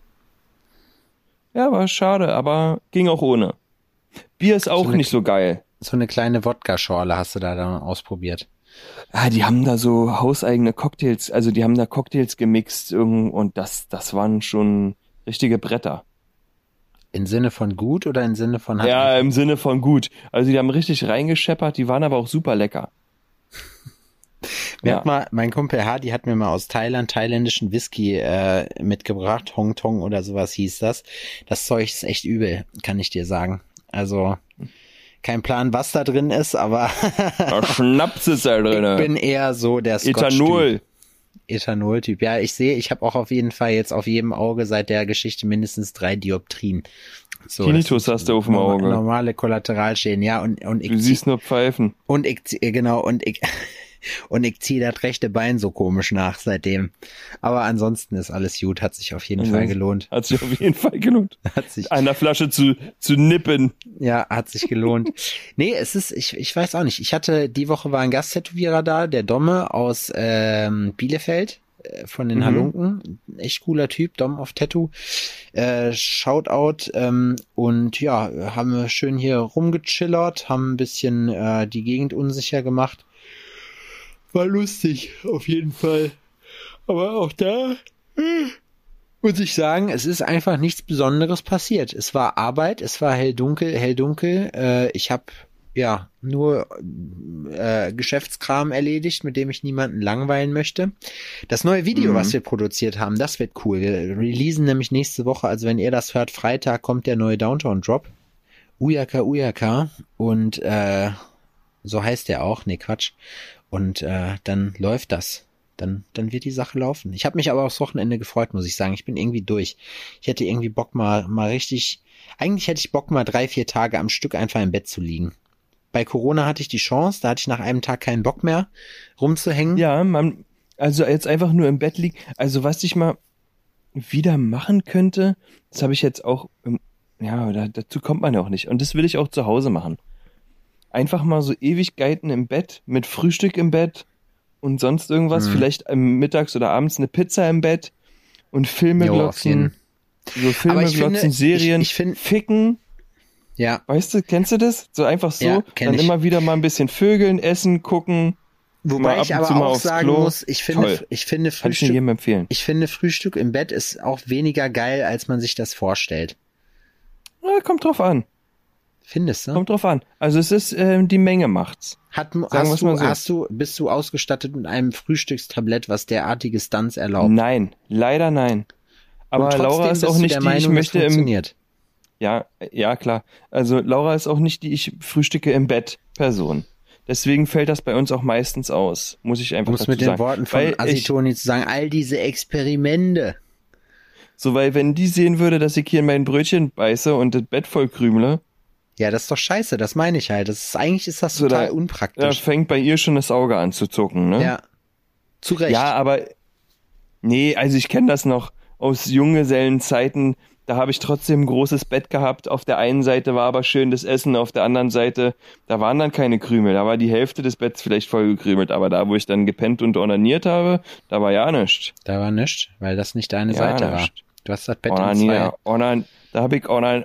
Ja, war schade, aber ging auch ohne. Bier ist auch So eine- nicht so geil. So eine kleine Wodka-Schorle hast du da dann ausprobiert. Ah, die haben da so hauseigene Cocktails, also die haben da Cocktails gemixt irgend- und das, das waren schon richtige Bretter. Im Sinne von gut oder im Sinne von... hat Ja, einfach- im Sinne von gut. Also die haben richtig reingescheppert, die waren aber auch super lecker. Mir Ja. hat mal, mein Kumpel Hardy hat mir mal aus Thailand thailändischen Whisky äh, mitgebracht. Hong Tong oder sowas hieß das. Das Zeug ist echt übel, kann ich dir sagen. Also kein Plan, was da drin ist, aber Da Schnaps ist da drin. ich bin eher so der Scotch-Typ. Ethanol. Ethanol-Typ. Ja, ich sehe, ich habe auch auf jeden Fall jetzt auf jedem Auge seit der Geschichte mindestens drei Dioptrien. So, Tinnitus hast du auf dem Auge. Normale Kollateralschäden, ja, und, und ich Du siehst nur Pfeifen. Und ich, genau, und ich, und ich ziehe das rechte Bein so komisch nach seitdem. Aber ansonsten ist alles gut, hat sich auf jeden Also, Fall gelohnt. Hat sich auf jeden Fall gelohnt. Hat sich, An der Flasche zu, zu nippen. ja, hat sich gelohnt. Nee, es ist, ich, ich weiß auch nicht. Ich hatte, die Woche war ein Gasttätowierer da, der Domme aus ähm, Bielefeld, äh, von den Mhm. Halunken. Echt cooler Typ, Dom auf Tattoo. Äh, Shoutout. Ähm, und ja, haben wir schön hier rumgechillert, haben ein bisschen äh, die Gegend unsicher gemacht. War lustig, auf jeden Fall. Aber auch da äh, muss ich sagen, es ist einfach nichts Besonderes passiert. Es war Arbeit, es war hell-dunkel, hell-dunkel. Äh, ich habe ja nur äh, Geschäftskram erledigt, mit dem ich niemanden langweilen möchte. Das neue Video, Mhm. was wir produziert haben, das wird cool. Wir releasen nämlich nächste Woche, also wenn ihr das hört, Freitag kommt der neue Downtown-Drop. Uyaka Uyaka. Und äh, so heißt der auch. Nee, Quatsch. Und äh, dann läuft das. Dann, dann wird die Sache laufen. Ich habe mich aber aufs Wochenende gefreut, muss ich sagen. Ich bin irgendwie durch. Ich hätte irgendwie Bock mal, mal richtig, eigentlich hätte ich Bock mal drei, vier Tage am Stück einfach im Bett zu liegen. Bei Corona hatte ich die Chance, da hatte ich nach einem Tag keinen Bock mehr rumzuhängen. Ja, man, also jetzt einfach nur im Bett liegen. Also was ich mal wieder machen könnte, das habe ich jetzt auch, im- ja, da, dazu kommt man ja auch nicht. Und das will ich auch zu Hause machen. Einfach mal so Ewigkeiten im Bett, mit Frühstück im Bett und sonst irgendwas. Mhm. Vielleicht ähm, mittags oder abends eine Pizza im Bett und Filme Jo, auf jeden. glotzen. So Filme Aber ich glotzen, finde- Serien, ich- ich find- ficken. Ja, Weißt du, kennst du das? So einfach so, Ja, kenn dann ich. immer wieder mal ein bisschen Vögeln, essen, gucken. Mal wobei ab ich und aber zu mal auch aufs sagen Klo. muss, ich finde, Toll. ich finde Kann ich nur Frühstück, jedem empfehlen. ich finde Frühstück im Bett ist auch weniger geil, als man sich das vorstellt. Ja, kommt drauf an. Findest du? Kommt drauf an. Also es ist, ähm, die Menge macht's. Hat, wir's hast, mal du, so. hast du, bist du ausgestattet mit einem Frühstückstablett, was derartige Stunts erlaubt? Nein, leider nein. Aber Und trotzdem Laura ist bist auch du nicht der die, Meinung, ich das möchte im, funktioniert. ja, ja, klar. Also Laura ist auch nicht die, ich frühstücke im Bett Person. Deswegen fällt das bei uns auch meistens aus. Muss ich einfach Um es dazu mit den sagen. Worten von Weil ich, Asitoni zu sagen, all diese Experimente. so, weil wenn die sehen würde, dass ich hier in mein Brötchen beiße und das Bett voll krümle, Ja, das ist doch scheiße, das meine ich halt. Das ist, eigentlich ist das So, total da- da unpraktisch. fängt bei ihr schon das Auge an zu zucken, ne? Ja, zu Recht. Ja, aber nee, also ich kenne das noch aus Junggesellenzeiten. Da habe ich trotzdem ein großes Bett gehabt. Auf der einen Seite war aber schön das Essen, auf der anderen Seite, da waren dann keine Krümel. Da war die Hälfte des Betts vielleicht voll gekrümelt. Aber da, wo ich dann gepennt und onaniert habe, da war ja nichts. Da war nichts, weil das nicht deine Ja, Seite war. nichts. Du hast das Bett in zwei. Onanina, onan, da habe ich onan,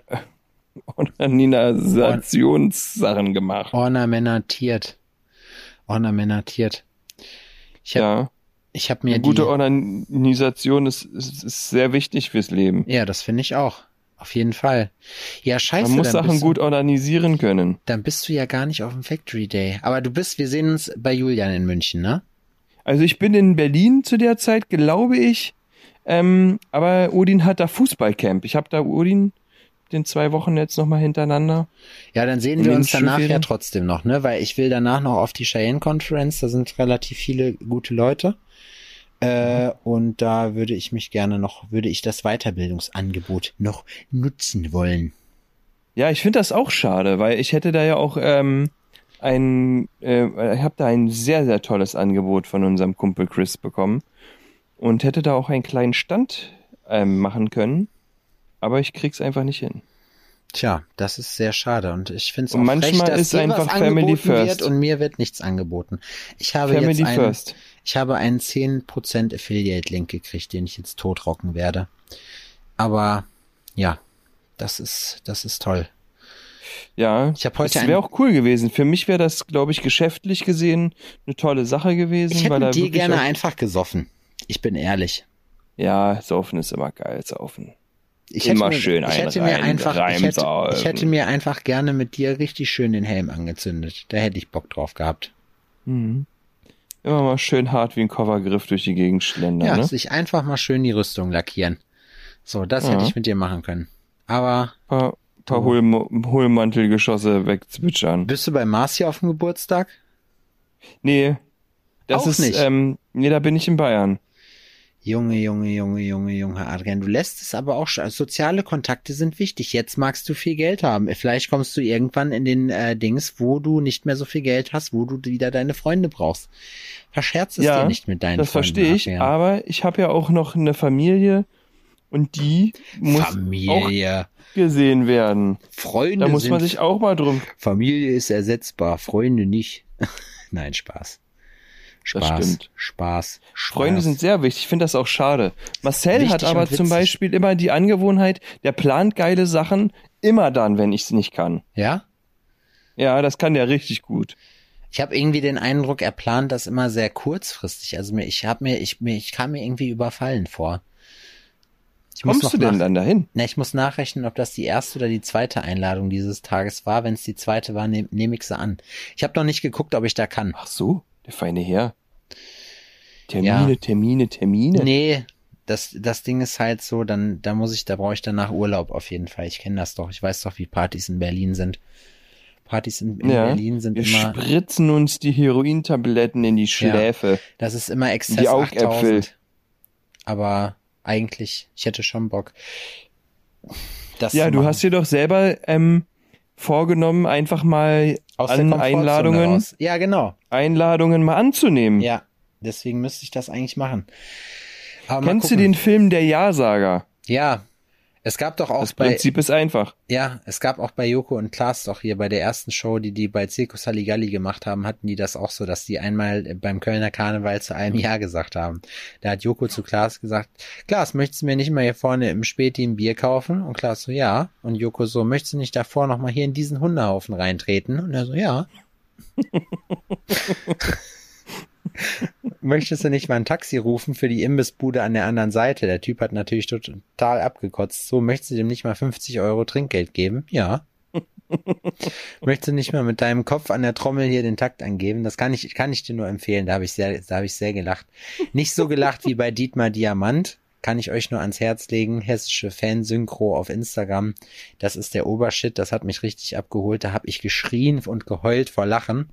Onanisationssachen gemacht. Ornamentiert. Ornamentiert. Ich habe Ja, ich hab mir eine gute die... Organisation ist, ist, ist sehr wichtig fürs Leben. Ja, das finde ich auch. Auf jeden Fall. Ja, scheiße. Man muss dann Sachen bist gut Du, organisieren können. dann bist du ja gar nicht auf dem Factory Day. Aber du bist, wir sehen uns bei Julian in München, ne? Also ich bin in Berlin zu der Zeit, glaube ich. Ähm, aber Odin hat da Fußballcamp. Ich habe da Odin den zwei Wochen jetzt nochmal hintereinander. Ja, dann sehen In wir den uns danach ja Schulferien? trotzdem noch, ne? Weil ich will danach noch auf die Cheyenne Conference, da sind relativ viele gute Leute. Äh, und da würde ich mich gerne noch, würde ich das Weiterbildungsangebot noch nutzen wollen. Ja, ich finde das auch schade, weil ich hätte da ja auch ähm, ein, äh, ich habe da ein sehr, sehr tolles Angebot von unserem Kumpel Chris bekommen und hätte da auch einen kleinen Stand ähm, machen können, aber ich krieg's einfach nicht hin. Tja, das ist sehr schade und ich finde es auch Und manchmal frech, dass ist dir einfach was Family angeboten first. wird und mir wird nichts angeboten. Ich habe Family jetzt einen, first. ich habe einen zehn Prozent Affiliate-Link gekriegt, den ich jetzt totrocken werde. Aber ja, das ist, das ist toll. Ja, Ich habe heute das ein- wäre auch cool gewesen. Für mich wäre das, glaube ich, geschäftlich gesehen eine tolle Sache gewesen. Ich hätte weil da mit dir wirklich gerne auch, einfach gesoffen. Ich bin ehrlich. Ja, Saufen ist immer geil, Saufen. Ich Immer hätte mir, schön ich einen hätte mir rein- einfach, ich hätte, ich reinsaufen. hätte mir einfach gerne mit dir richtig schön den Helm angezündet. Da hätte ich Bock drauf gehabt. Mhm. Immer mal schön hart wie ein Covergriff durch die Gegend schlendern, Ja, ne? sich einfach mal schön die Rüstung lackieren. So, das Ja. hätte ich mit dir machen können. Aber Paar, paar Hohlm- Hohlmantelgeschosse wegzwitschern. Bist du bei Marci auf dem Geburtstag? Nee, das Auch ist, nicht. Ähm, nee, da bin ich in Bayern. Junge, Junge, Junge, Junge, Junge, Adrian, du lässt es aber auch schon. Soziale Kontakte sind wichtig. Jetzt magst du viel Geld haben. Vielleicht kommst du irgendwann in den äh, Dings, wo du nicht mehr so viel Geld hast, wo du wieder deine Freunde brauchst. Verscherz es Ja, dir nicht mit deinen das Freunden. verstehe ich, Adrian. aber ich habe ja auch noch eine Familie und die muss Familie. auch gesehen werden. Freunde Da muss sind man sich auch mal drum. Familie ist ersetzbar, Freunde nicht. Nein, Spaß. Spaß, Das stimmt. Spaß, Spaß. Freunde sind sehr wichtig. Ich finde das auch schade. Marcel Wichtig hat aber und zum witzig. Beispiel immer die Angewohnheit, der plant geile Sachen immer dann, wenn ich es nicht kann. Ja? Ja, das kann der richtig gut. Ich habe irgendwie den Eindruck, er plant das immer sehr kurzfristig. Also mir, ich habe mir, ich mir, ich kam mir irgendwie überfallen vor. Ich muss Kommst noch du denn nach- dann dahin? Na, ich muss nachrechnen, ob das die erste oder die zweite Einladung dieses Tages war. Wenn es die zweite war, nehme nehm ich sie an. Ich habe noch nicht geguckt, ob ich da kann. Ach so, der feine Herr. Termine, Ja. Termine, Termine. Nee, das, das Ding ist halt so, dann, da muss ich, da brauche ich danach Urlaub auf jeden Fall. Ich kenne das doch. Ich weiß doch, wie Partys in Berlin sind. Partys in, in Ja, Berlin sind wir immer, spritzen uns die Herointabletten in die Schläfe. das ist immer Exzess die Augäpfel. achttausend. Aber eigentlich, ich hätte schon Bock. Das Ja, zu du machen. hast dir doch selber ähm, vorgenommen, einfach mal Aus der an Komfortzone Einladungen, raus. Ja, genau. Einladungen mal anzunehmen. Ja, deswegen müsste ich das eigentlich machen. Aber mal Kennst du gucken. den Film Der Ja-Sager? Ja, es gab doch auch Das bei, Prinzip ist einfach. ja, es gab auch bei Joko und Klaas doch hier bei der ersten Show, die die bei Circus Halligalli gemacht haben, hatten die das auch so, dass die einmal beim Kölner Karneval zu einem Ja gesagt haben. Da hat Joko zu Klaas gesagt, Klaas, möchtest du mir nicht mal hier vorne im Späti ein Bier kaufen? Und Klaas so, ja. Und Joko so, möchtest du nicht davor noch mal hier in diesen Hundehaufen reintreten? Und er so, ja. Möchtest du nicht mal ein Taxi rufen für die Imbissbude an der anderen Seite? Der Typ hat natürlich total abgekotzt. So, möchtest du dem nicht mal fünfzig Euro Trinkgeld geben? Ja. Möchtest du nicht mal mit deinem Kopf an der Trommel hier den Takt angeben? Das kann ich, kann ich dir nur empfehlen. Da habe ich sehr, da habe ich sehr gelacht. Nicht so gelacht wie bei Dietmar Diamant. Kann ich euch nur ans Herz legen. Hessische Fansynchro auf Instagram. Das ist der Obershit. Das hat mich richtig abgeholt. Da habe ich geschrien und geheult vor Lachen.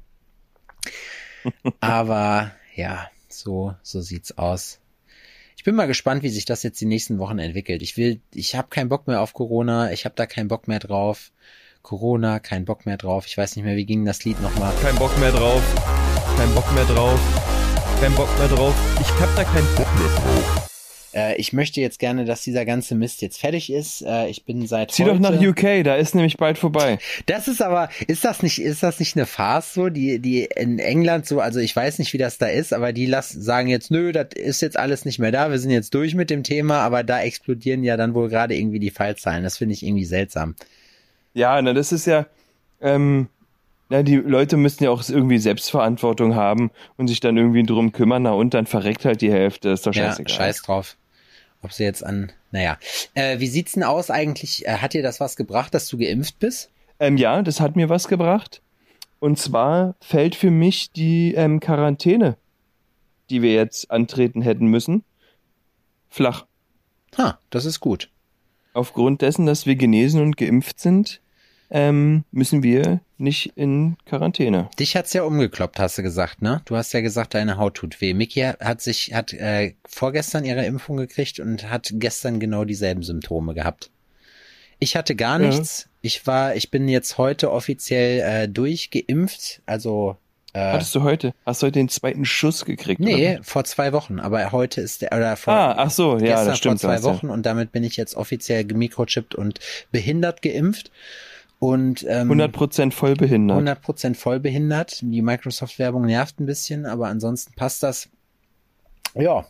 Aber ja, so, so sieht's aus. Ich bin mal gespannt, wie sich das jetzt die nächsten Wochen entwickelt. Ich will, ich habe keinen Bock mehr auf Corona. Ich habe da keinen Bock mehr drauf. Corona, kein Bock mehr drauf. Ich weiß nicht mehr, wie ging das Lied nochmal. Kein Bock mehr drauf. Kein Bock mehr drauf. Kein Bock mehr drauf. Ich hab da keinen Bock mehr drauf. Äh, ich möchte jetzt gerne, dass dieser ganze Mist jetzt fertig ist. Äh, ich bin seit Zieh heute... doch nach U K, da ist nämlich bald vorbei. Das ist aber, ist das nicht, ist das nicht eine Farce so, die, die in England so, also ich weiß nicht, wie das da ist, aber die lassen, sagen jetzt, nö, das ist jetzt alles nicht mehr da, wir sind jetzt durch mit dem Thema, aber da explodieren ja dann wohl gerade irgendwie die Fallzahlen. Das finde ich irgendwie seltsam. Ja, na, das ist ja, ähm, na, die Leute müssen ja auch irgendwie Selbstverantwortung haben und sich dann irgendwie drum kümmern, na und dann verreckt halt die Hälfte, ist doch Ja, scheißegal. scheiß drauf. Ob sie jetzt an, naja. Äh, wie sieht's denn aus eigentlich? Äh, hat dir das was gebracht, dass du geimpft bist? Ähm, ja, das hat mir was gebracht. Und zwar fällt für mich die ähm, Quarantäne, die wir jetzt antreten hätten müssen, flach. Ha, das ist gut. Aufgrund dessen, dass wir genesen und geimpft sind, ähm, müssen wir nicht in Quarantäne. Dich hat's ja umgekloppt, hast du gesagt, ne? Du hast ja gesagt, deine Haut tut weh. Miki hat sich, hat äh, vorgestern ihre Impfung gekriegt und hat gestern genau dieselben Symptome gehabt. Ich hatte gar Ja. nichts. Ich war, ich bin jetzt heute offiziell äh, durchgeimpft. Also äh, Hattest du heute? Hast du heute den zweiten Schuss gekriegt? nee, Oder? vor zwei Wochen. Aber heute ist der oder vor Ah, ach so, ja, gestern das stimmt. vor zwei das, ja. Wochen und damit bin ich jetzt offiziell gemikrochippt und behindert geimpft. Und ähm, hundert Prozent voll behindert. hundert Prozent voll behindert. Die Microsoft-Werbung nervt ein bisschen, aber ansonsten passt das. Ja.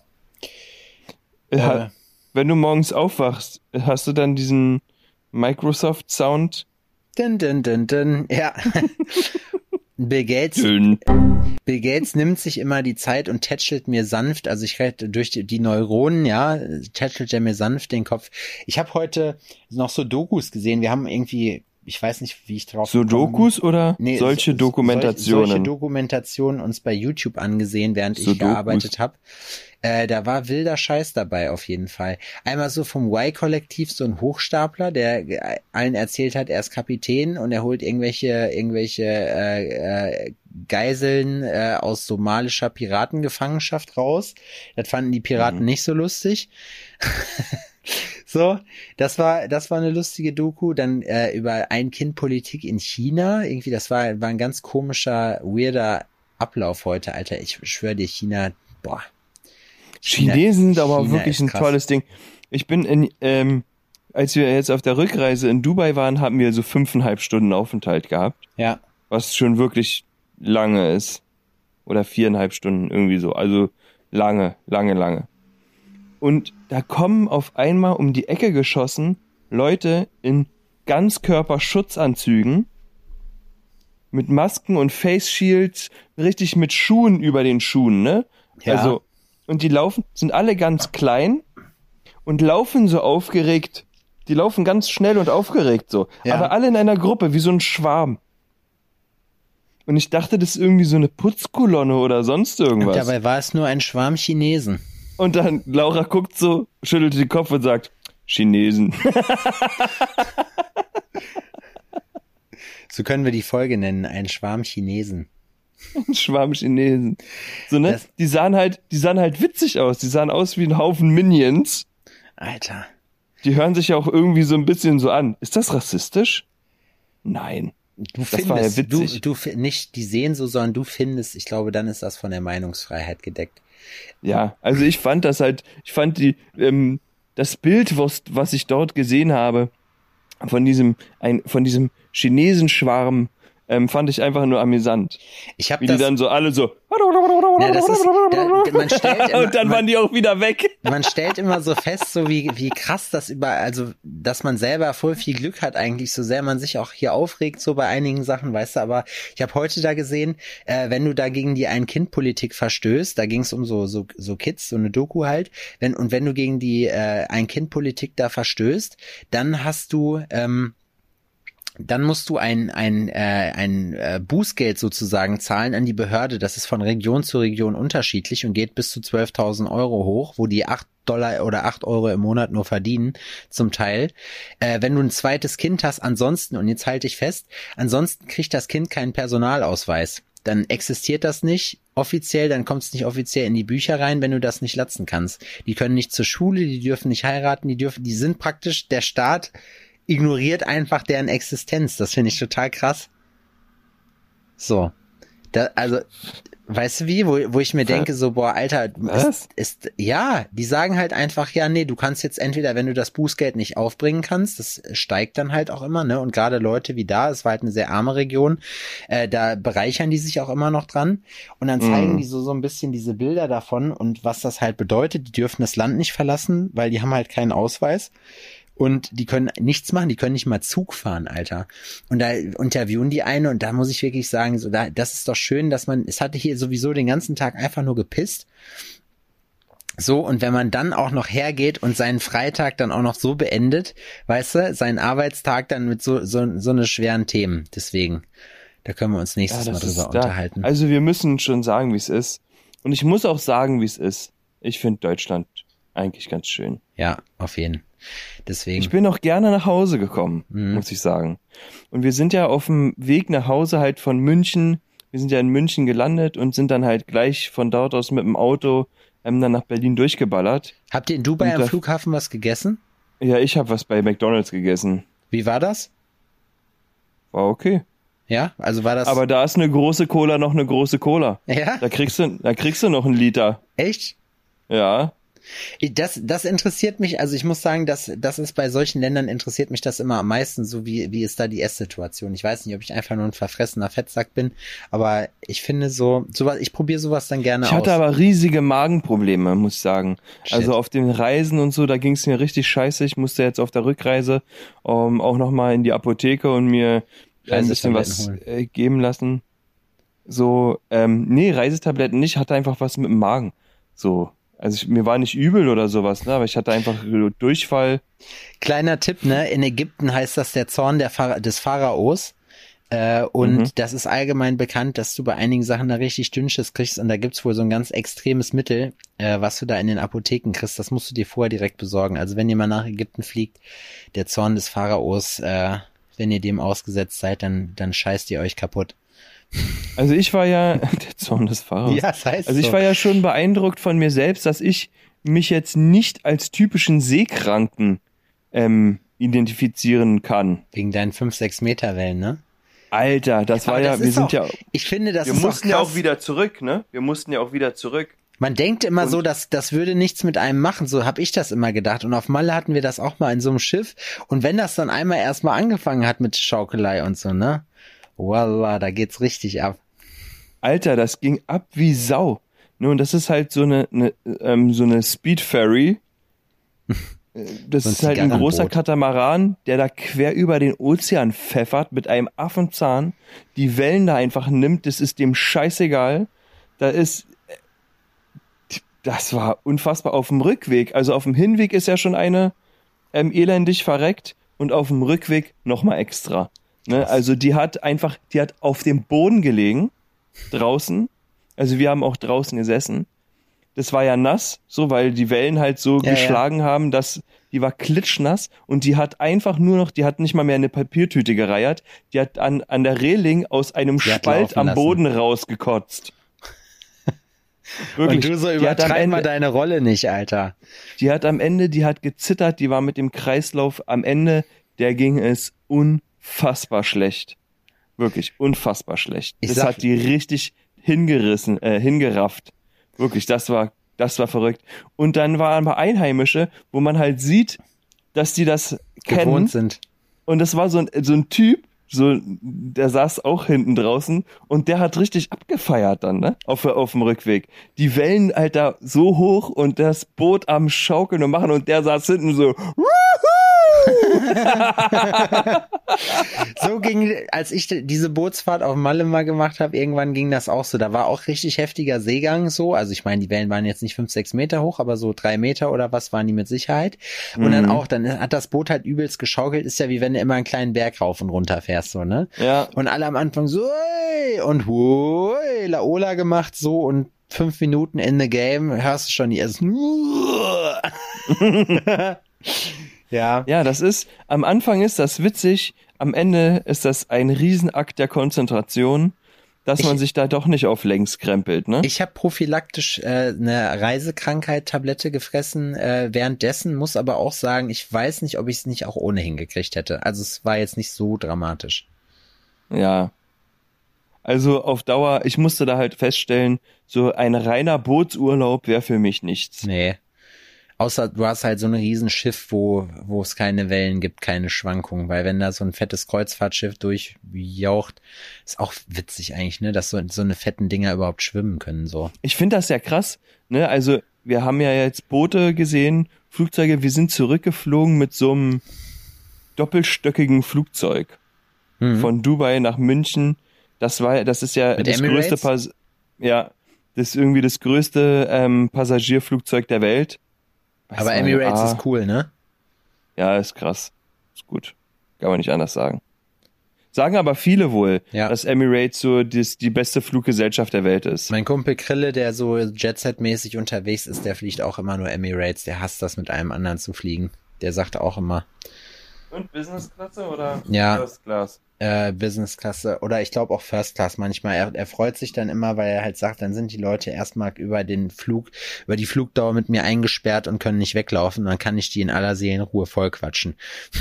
Ja, Äh, wenn du morgens aufwachst, hast du dann diesen Microsoft-Sound? Dun, dun, dun, dun. Ja. Bill Gates, Dünn. Bill Gates nimmt sich immer die Zeit und tätschelt mir sanft, also ich rede durch die, die Neuronen, ja, tätschelt er mir sanft den Kopf. Ich habe heute noch so Dokus gesehen. Wir haben irgendwie ich weiß nicht, wie ich drauf gekommen bin. Sudokus oder Nee, solche so- Dokumentationen? Solche Dokumentationen uns bei YouTube angesehen, während ich Sudokus. gearbeitet habe. Äh, da war wilder Scheiß dabei auf jeden Fall. Einmal so vom Y-Kollektiv so ein Hochstapler, der äh, allen erzählt hat, er ist Kapitän und er holt irgendwelche irgendwelche äh, äh, Geiseln äh, aus somalischer Piratengefangenschaft raus. Das fanden die Piraten Mhm. nicht so lustig. So, das war das war eine lustige Doku. Dann äh, über Ein-Kind-Politik in China. Irgendwie, das war war ein ganz komischer, weirder Ablauf heute, Alter. Ich schwöre dir, China, boah. China- Chinesen sind aber China wirklich ist ein krass. tolles Ding. Ich bin in, ähm, als wir jetzt auf der Rückreise in Dubai waren, haben wir so fünfeinhalb Stunden Aufenthalt gehabt, Ja, was schon wirklich lange ist. Oder viereinhalb Stunden, irgendwie so. Also lange, lange, lange. Und da kommen auf einmal um die Ecke geschossen Leute in Ganzkörperschutzanzügen mit Masken und Face Shields, richtig mit Schuhen über den Schuhen, ne? Ja. Also, und die laufen, sind alle ganz klein und laufen so aufgeregt. Die laufen ganz schnell und aufgeregt so. Ja. Aber alle in einer Gruppe, wie so ein Schwarm. Und ich dachte, das ist irgendwie so eine Putzkolonne oder sonst und irgendwas. dabei war es nur ein Schwarm Chinesen. Und dann Laura guckt so, schüttelt den Kopf und sagt, Chinesen. So können wir die Folge nennen, ein Schwarm Chinesen. Ein Schwarm Chinesen. So, ne? Das- Die sahen halt, die sahen halt witzig aus. Die sahen aus wie ein Haufen Minions. Alter. Die hören sich ja auch irgendwie so ein bisschen so an. Ist das rassistisch? Nein. Du Das findest, war ja du, witzig. du fi- nicht die sehen so, sondern du findest, ich glaube, dann ist das von der Meinungsfreiheit gedeckt. Ja, also ich fand das halt, ich fand die, ähm, das Bild, was, was ich dort gesehen habe, von diesem, ein, von diesem Chinesenschwarm, ähm, fand ich einfach nur amüsant. Ich habe Wie das die dann so alle so, Ja, das ist, da, man stellt immer, und dann man, waren die auch wieder weg. man stellt immer so fest, so wie, wie krass das über, also, dass man selber voll viel Glück hat eigentlich, so sehr man sich auch hier aufregt, so bei einigen Sachen, weißt du, aber ich habe heute da gesehen, äh, wenn du da gegen die Ein-Kind-Politik verstößt, da ging es um so, so, so Kids, so eine Doku halt, wenn, und wenn du gegen die äh, Ein-Kind-Politik da verstößt, dann hast du, ähm, dann musst du ein ein äh, ein äh, Bußgeld sozusagen zahlen an die Behörde. Das ist von Region zu Region unterschiedlich und geht bis zu zwölftausend Euro hoch, wo die acht Dollar oder acht Euro im Monat nur verdienen, zum Teil. Äh, wenn du ein zweites Kind hast, ansonsten, und jetzt halte ich fest, ansonsten kriegt das Kind keinen Personalausweis. Dann existiert das nicht offiziell, dann kommt es nicht offiziell in die Bücher rein, wenn du das nicht latzen kannst. Die können nicht zur Schule, die dürfen nicht heiraten, die dürfen, die sind praktisch, der Staat ignoriert einfach deren Existenz. Das finde ich total krass. So. Da, also, weißt du wie, wo, wo ich mir denke, so, boah, Alter, Was? ist, ist, ja, die sagen halt einfach, ja, nee, du kannst jetzt entweder, wenn du das Bußgeld nicht aufbringen kannst, das steigt dann halt auch immer, ne, und gerade Leute wie da, es war halt eine sehr arme Region, äh, da bereichern die sich auch immer noch dran und dann zeigen Mm. die so, so ein bisschen diese Bilder davon und was das halt bedeutet, die dürfen das Land nicht verlassen, weil die haben halt keinen Ausweis. Und die können nichts machen, die können nicht mal Zug fahren, Alter. Und da interviewen die eine und da muss ich wirklich sagen, so da, das ist doch schön, dass man, es hatte hier sowieso den ganzen Tag einfach nur gepisst. So, und wenn man dann auch noch hergeht und seinen Freitag dann auch noch so beendet, weißt du, seinen Arbeitstag dann mit so, so, so eine schweren Themen. Deswegen, da können wir uns nächstes Ja, Mal das ist drüber da. unterhalten. Also wir müssen schon sagen, wie es ist. Und ich muss auch sagen, wie es ist. Ich finde Deutschland eigentlich ganz schön. Ja, auf jeden Fall. Deswegen. Ich bin auch gerne nach Hause gekommen, Mhm. muss ich sagen. Und wir sind ja auf dem Weg nach Hause halt von München. Wir sind ja in München gelandet und sind dann halt gleich von dort aus mit dem Auto ähm, dann nach Berlin durchgeballert. Habt ihr in Dubai Und am da- Flughafen was gegessen? Ja, ich habe was bei McDonald's gegessen. Wie war das? War okay. Ja, also war das. Aber da ist eine große Cola noch eine große Cola. ja, Da kriegst du, da kriegst du noch einen Liter. echt? Ja. Das, das interessiert mich, also ich muss sagen, dass das ist bei solchen Ländern interessiert mich das immer am meisten, so wie, wie ist da die Esssituation. Ich weiß nicht, ob ich einfach nur ein verfressener Fettsack bin, aber ich finde so, sowas, ich probiere sowas dann gerne Ich aus. hatte aber riesige Magenprobleme, muss ich sagen. Shit. Also auf den Reisen und so, da ging es mir richtig scheiße. Ich musste jetzt auf der Rückreise ähm, auch nochmal in die Apotheke und mir ein bisschen was Reisetabletten äh, geben lassen. So, ähm, nee, Reisetabletten nicht, hatte einfach was mit dem Magen. So, Also ich, mir war nicht übel oder sowas, ne? Aber ich hatte einfach Durchfall. Kleiner Tipp, ne? In Ägypten heißt das der Zorn der Phara- des Pharaos. Äh, und mhm. das ist allgemein bekannt, dass du bei einigen Sachen da richtig Dünnschiss kriegst. Und da gibt's wohl so ein ganz extremes Mittel, äh, was du da in den Apotheken kriegst. Das musst du dir vorher direkt besorgen. Also wenn ihr mal nach Ägypten fliegt, der Zorn des Pharaos, äh, wenn ihr dem ausgesetzt seid, dann, dann scheißt ihr euch kaputt. Also ich war ja, der Zorn des Pharaos. Ja, das heißt Also ich so. war ja schon beeindruckt von mir selbst, dass ich mich jetzt nicht als typischen Seekranken ähm, identifizieren kann. Wegen deinen fünf, sechs Meter Wellen, ne? Alter, das Aber war das ja, wir ist sind auch, ja, ich finde, das wir ist mussten auch ja krass. auch wieder zurück, ne? Wir mussten ja auch wieder zurück. Man denkt immer Und- so, dass das würde nichts mit einem machen. So habe ich das immer gedacht. Und auf Malle hatten wir das auch mal in so einem Schiff. Und wenn das dann einmal erstmal angefangen hat mit Schaukelei und so, ne? Voila, da geht's richtig ab. Alter, das ging ab wie Sau. Ne, und das ist halt so eine, eine ähm, so eine Speed Ferry. Das So ein ist halt ein großer Zigarrenboot. Katamaran, der da quer über den Ozean pfeffert mit einem Affenzahn, die Wellen da einfach nimmt, das ist dem scheißegal. Da ist, das war unfassbar auf dem Rückweg. Also auf dem Hinweg ist ja schon eine ähm, elendig verreckt und auf dem Rückweg nochmal extra. Ne? Also die hat einfach, die hat auf dem Boden gelegen, draußen. Also wir haben auch draußen gesessen. Das war ja nass, so, weil die Wellen halt so Ja, geschlagen haben, dass die war klitschnass und die hat einfach nur noch, die hat nicht mal mehr eine Papiertüte gereiert, die hat an, an der Reling aus einem Die hat Spalt laufen am lassen. Boden rausgekotzt. Wirklich. Und du so Die hat am übertreib mal Ende- deine Rolle nicht, Alter. Die hat am Ende, die hat gezittert, die war mit dem Kreislauf am Ende, der ging es unfassbar schlecht. Wirklich unfassbar schlecht. Ich das sag- hat die richtig hingerissen, äh, hingerafft. Wirklich, das war, das war verrückt. Und dann waren aber Einheimische, wo man halt sieht, dass die das kennen. Gewohnt sind. Und das war so ein, so ein Typ, so, der saß auch hinten draußen und der hat richtig abgefeiert dann, ne? Auf, auf dem Rückweg. Die Wellen halt da so hoch und das Boot am Schaukeln und machen und der saß hinten so, So ging, als ich diese Bootsfahrt auf Malle mal gemacht habe, irgendwann ging das auch so. Da war auch richtig heftiger Seegang so. Also ich meine, die Wellen waren jetzt nicht fünf, sechs Meter hoch, aber so drei Meter oder was waren die mit Sicherheit. Und dann auch, dann hat das Boot halt übelst geschaukelt. Ist ja wie wenn du immer einen kleinen Berg rauf und runter fährst, so, ne? ja, Und alle am Anfang so, ey, und hui, Laola gemacht so und fünf Minuten in the game hörst du schon die ersten. Ja. ja, das ist, am Anfang ist das witzig, am Ende ist das ein Riesenakt der Konzentration, dass Ich- man sich da doch nicht auf längs krempelt, ne? Ich habe prophylaktisch äh, eine Reisekrankheit-Tablette gefressen äh, währenddessen, muss aber auch sagen, ich weiß nicht, ob ich es nicht auch ohne hingekriegt hätte. Also es war jetzt nicht so dramatisch. Ja. Also auf Dauer, ich musste da halt feststellen, so ein reiner Bootsurlaub wäre für mich nichts. Nee. Außer du hast halt so ein Riesenschiff, wo wo es keine Wellen gibt, keine Schwankungen, weil wenn da so ein fettes Kreuzfahrtschiff durchjaucht, ist auch witzig eigentlich, ne, dass so, so eine fetten Dinger überhaupt schwimmen können, so. Ich finde das ja krass, ne? Also wir haben ja jetzt Boote gesehen, Flugzeuge, wir sind zurückgeflogen mit so einem doppelstöckigen Flugzeug Mhm. von Dubai nach München. Das war, das ist ja Mit das Emirates? größte, Pas ja, das ist irgendwie das größte ähm, Passagierflugzeug der Welt. Weiß Aber man, Emirates ah, ist cool, ne? Ja, ist krass, ist gut, kann man nicht anders sagen. Sagen aber viele wohl, Ja. dass Emirates so das, die beste Fluggesellschaft der Welt ist. Mein Kumpel Krille, der so Jet-Set-mäßig unterwegs ist, der fliegt auch immer nur Emirates. Der hasst das, mit einem anderen zu fliegen. Der sagt auch immer, Und Business-Klasse oder Ja. First Class? äh, Business-Klasse oder ich glaube auch First Class manchmal. Er, er freut sich dann immer, weil er halt sagt, dann sind die Leute erstmal über den Flug, über die Flugdauer mit mir eingesperrt und können nicht weglaufen. Dann kann ich die in aller Seelenruhe vollquatschen.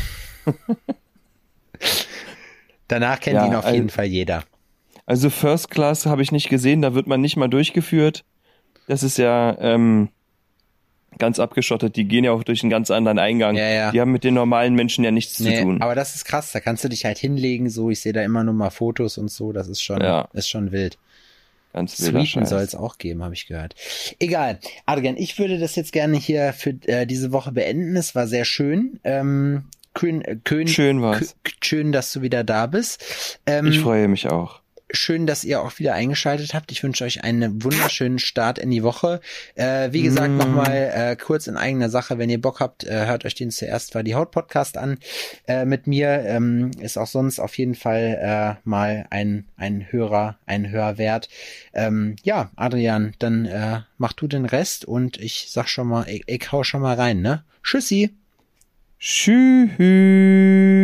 Danach kennt Ja, ihn auf also- jeden Fall jeder. Also First Class habe ich nicht gesehen, da wird man nicht mal durchgeführt. Das ist ja ähm, ganz abgeschottet. Die gehen ja auch durch einen ganz anderen Eingang. Ja, ja. Die haben mit den normalen Menschen ja nichts Nee, zu tun. aber das ist krass, da kannst du dich halt hinlegen, so, ich sehe da immer nur mal Fotos und so, das ist schon, Ja. ist schon wild. Ganz wilder Suiten Scheiß. soll es auch geben, habe ich gehört. Egal. Adrian, ich würde das jetzt gerne hier für äh, diese Woche beenden. Es war sehr schön. Ähm, Kön, äh, Kön, Schön war's. Kö- schön, dass du wieder da bist. Ähm, Ich freue mich auch. schön, dass ihr auch wieder eingeschaltet habt. Ich wünsche euch einen wunderschönen Start in die Woche. Äh, wie gesagt, mm. nochmal äh, kurz in eigener Sache, wenn ihr Bock habt, äh, hört euch den zuerst war die Haut-Podcast an äh, mit mir. Ähm, ist auch sonst auf jeden Fall äh, mal ein, ein Hörer, ein Hörwert. Ähm, ja, Adrian, dann äh, mach du den Rest und ich sag schon mal, ich, ich hau schon mal rein, ne? Tschüssi! Tschüss!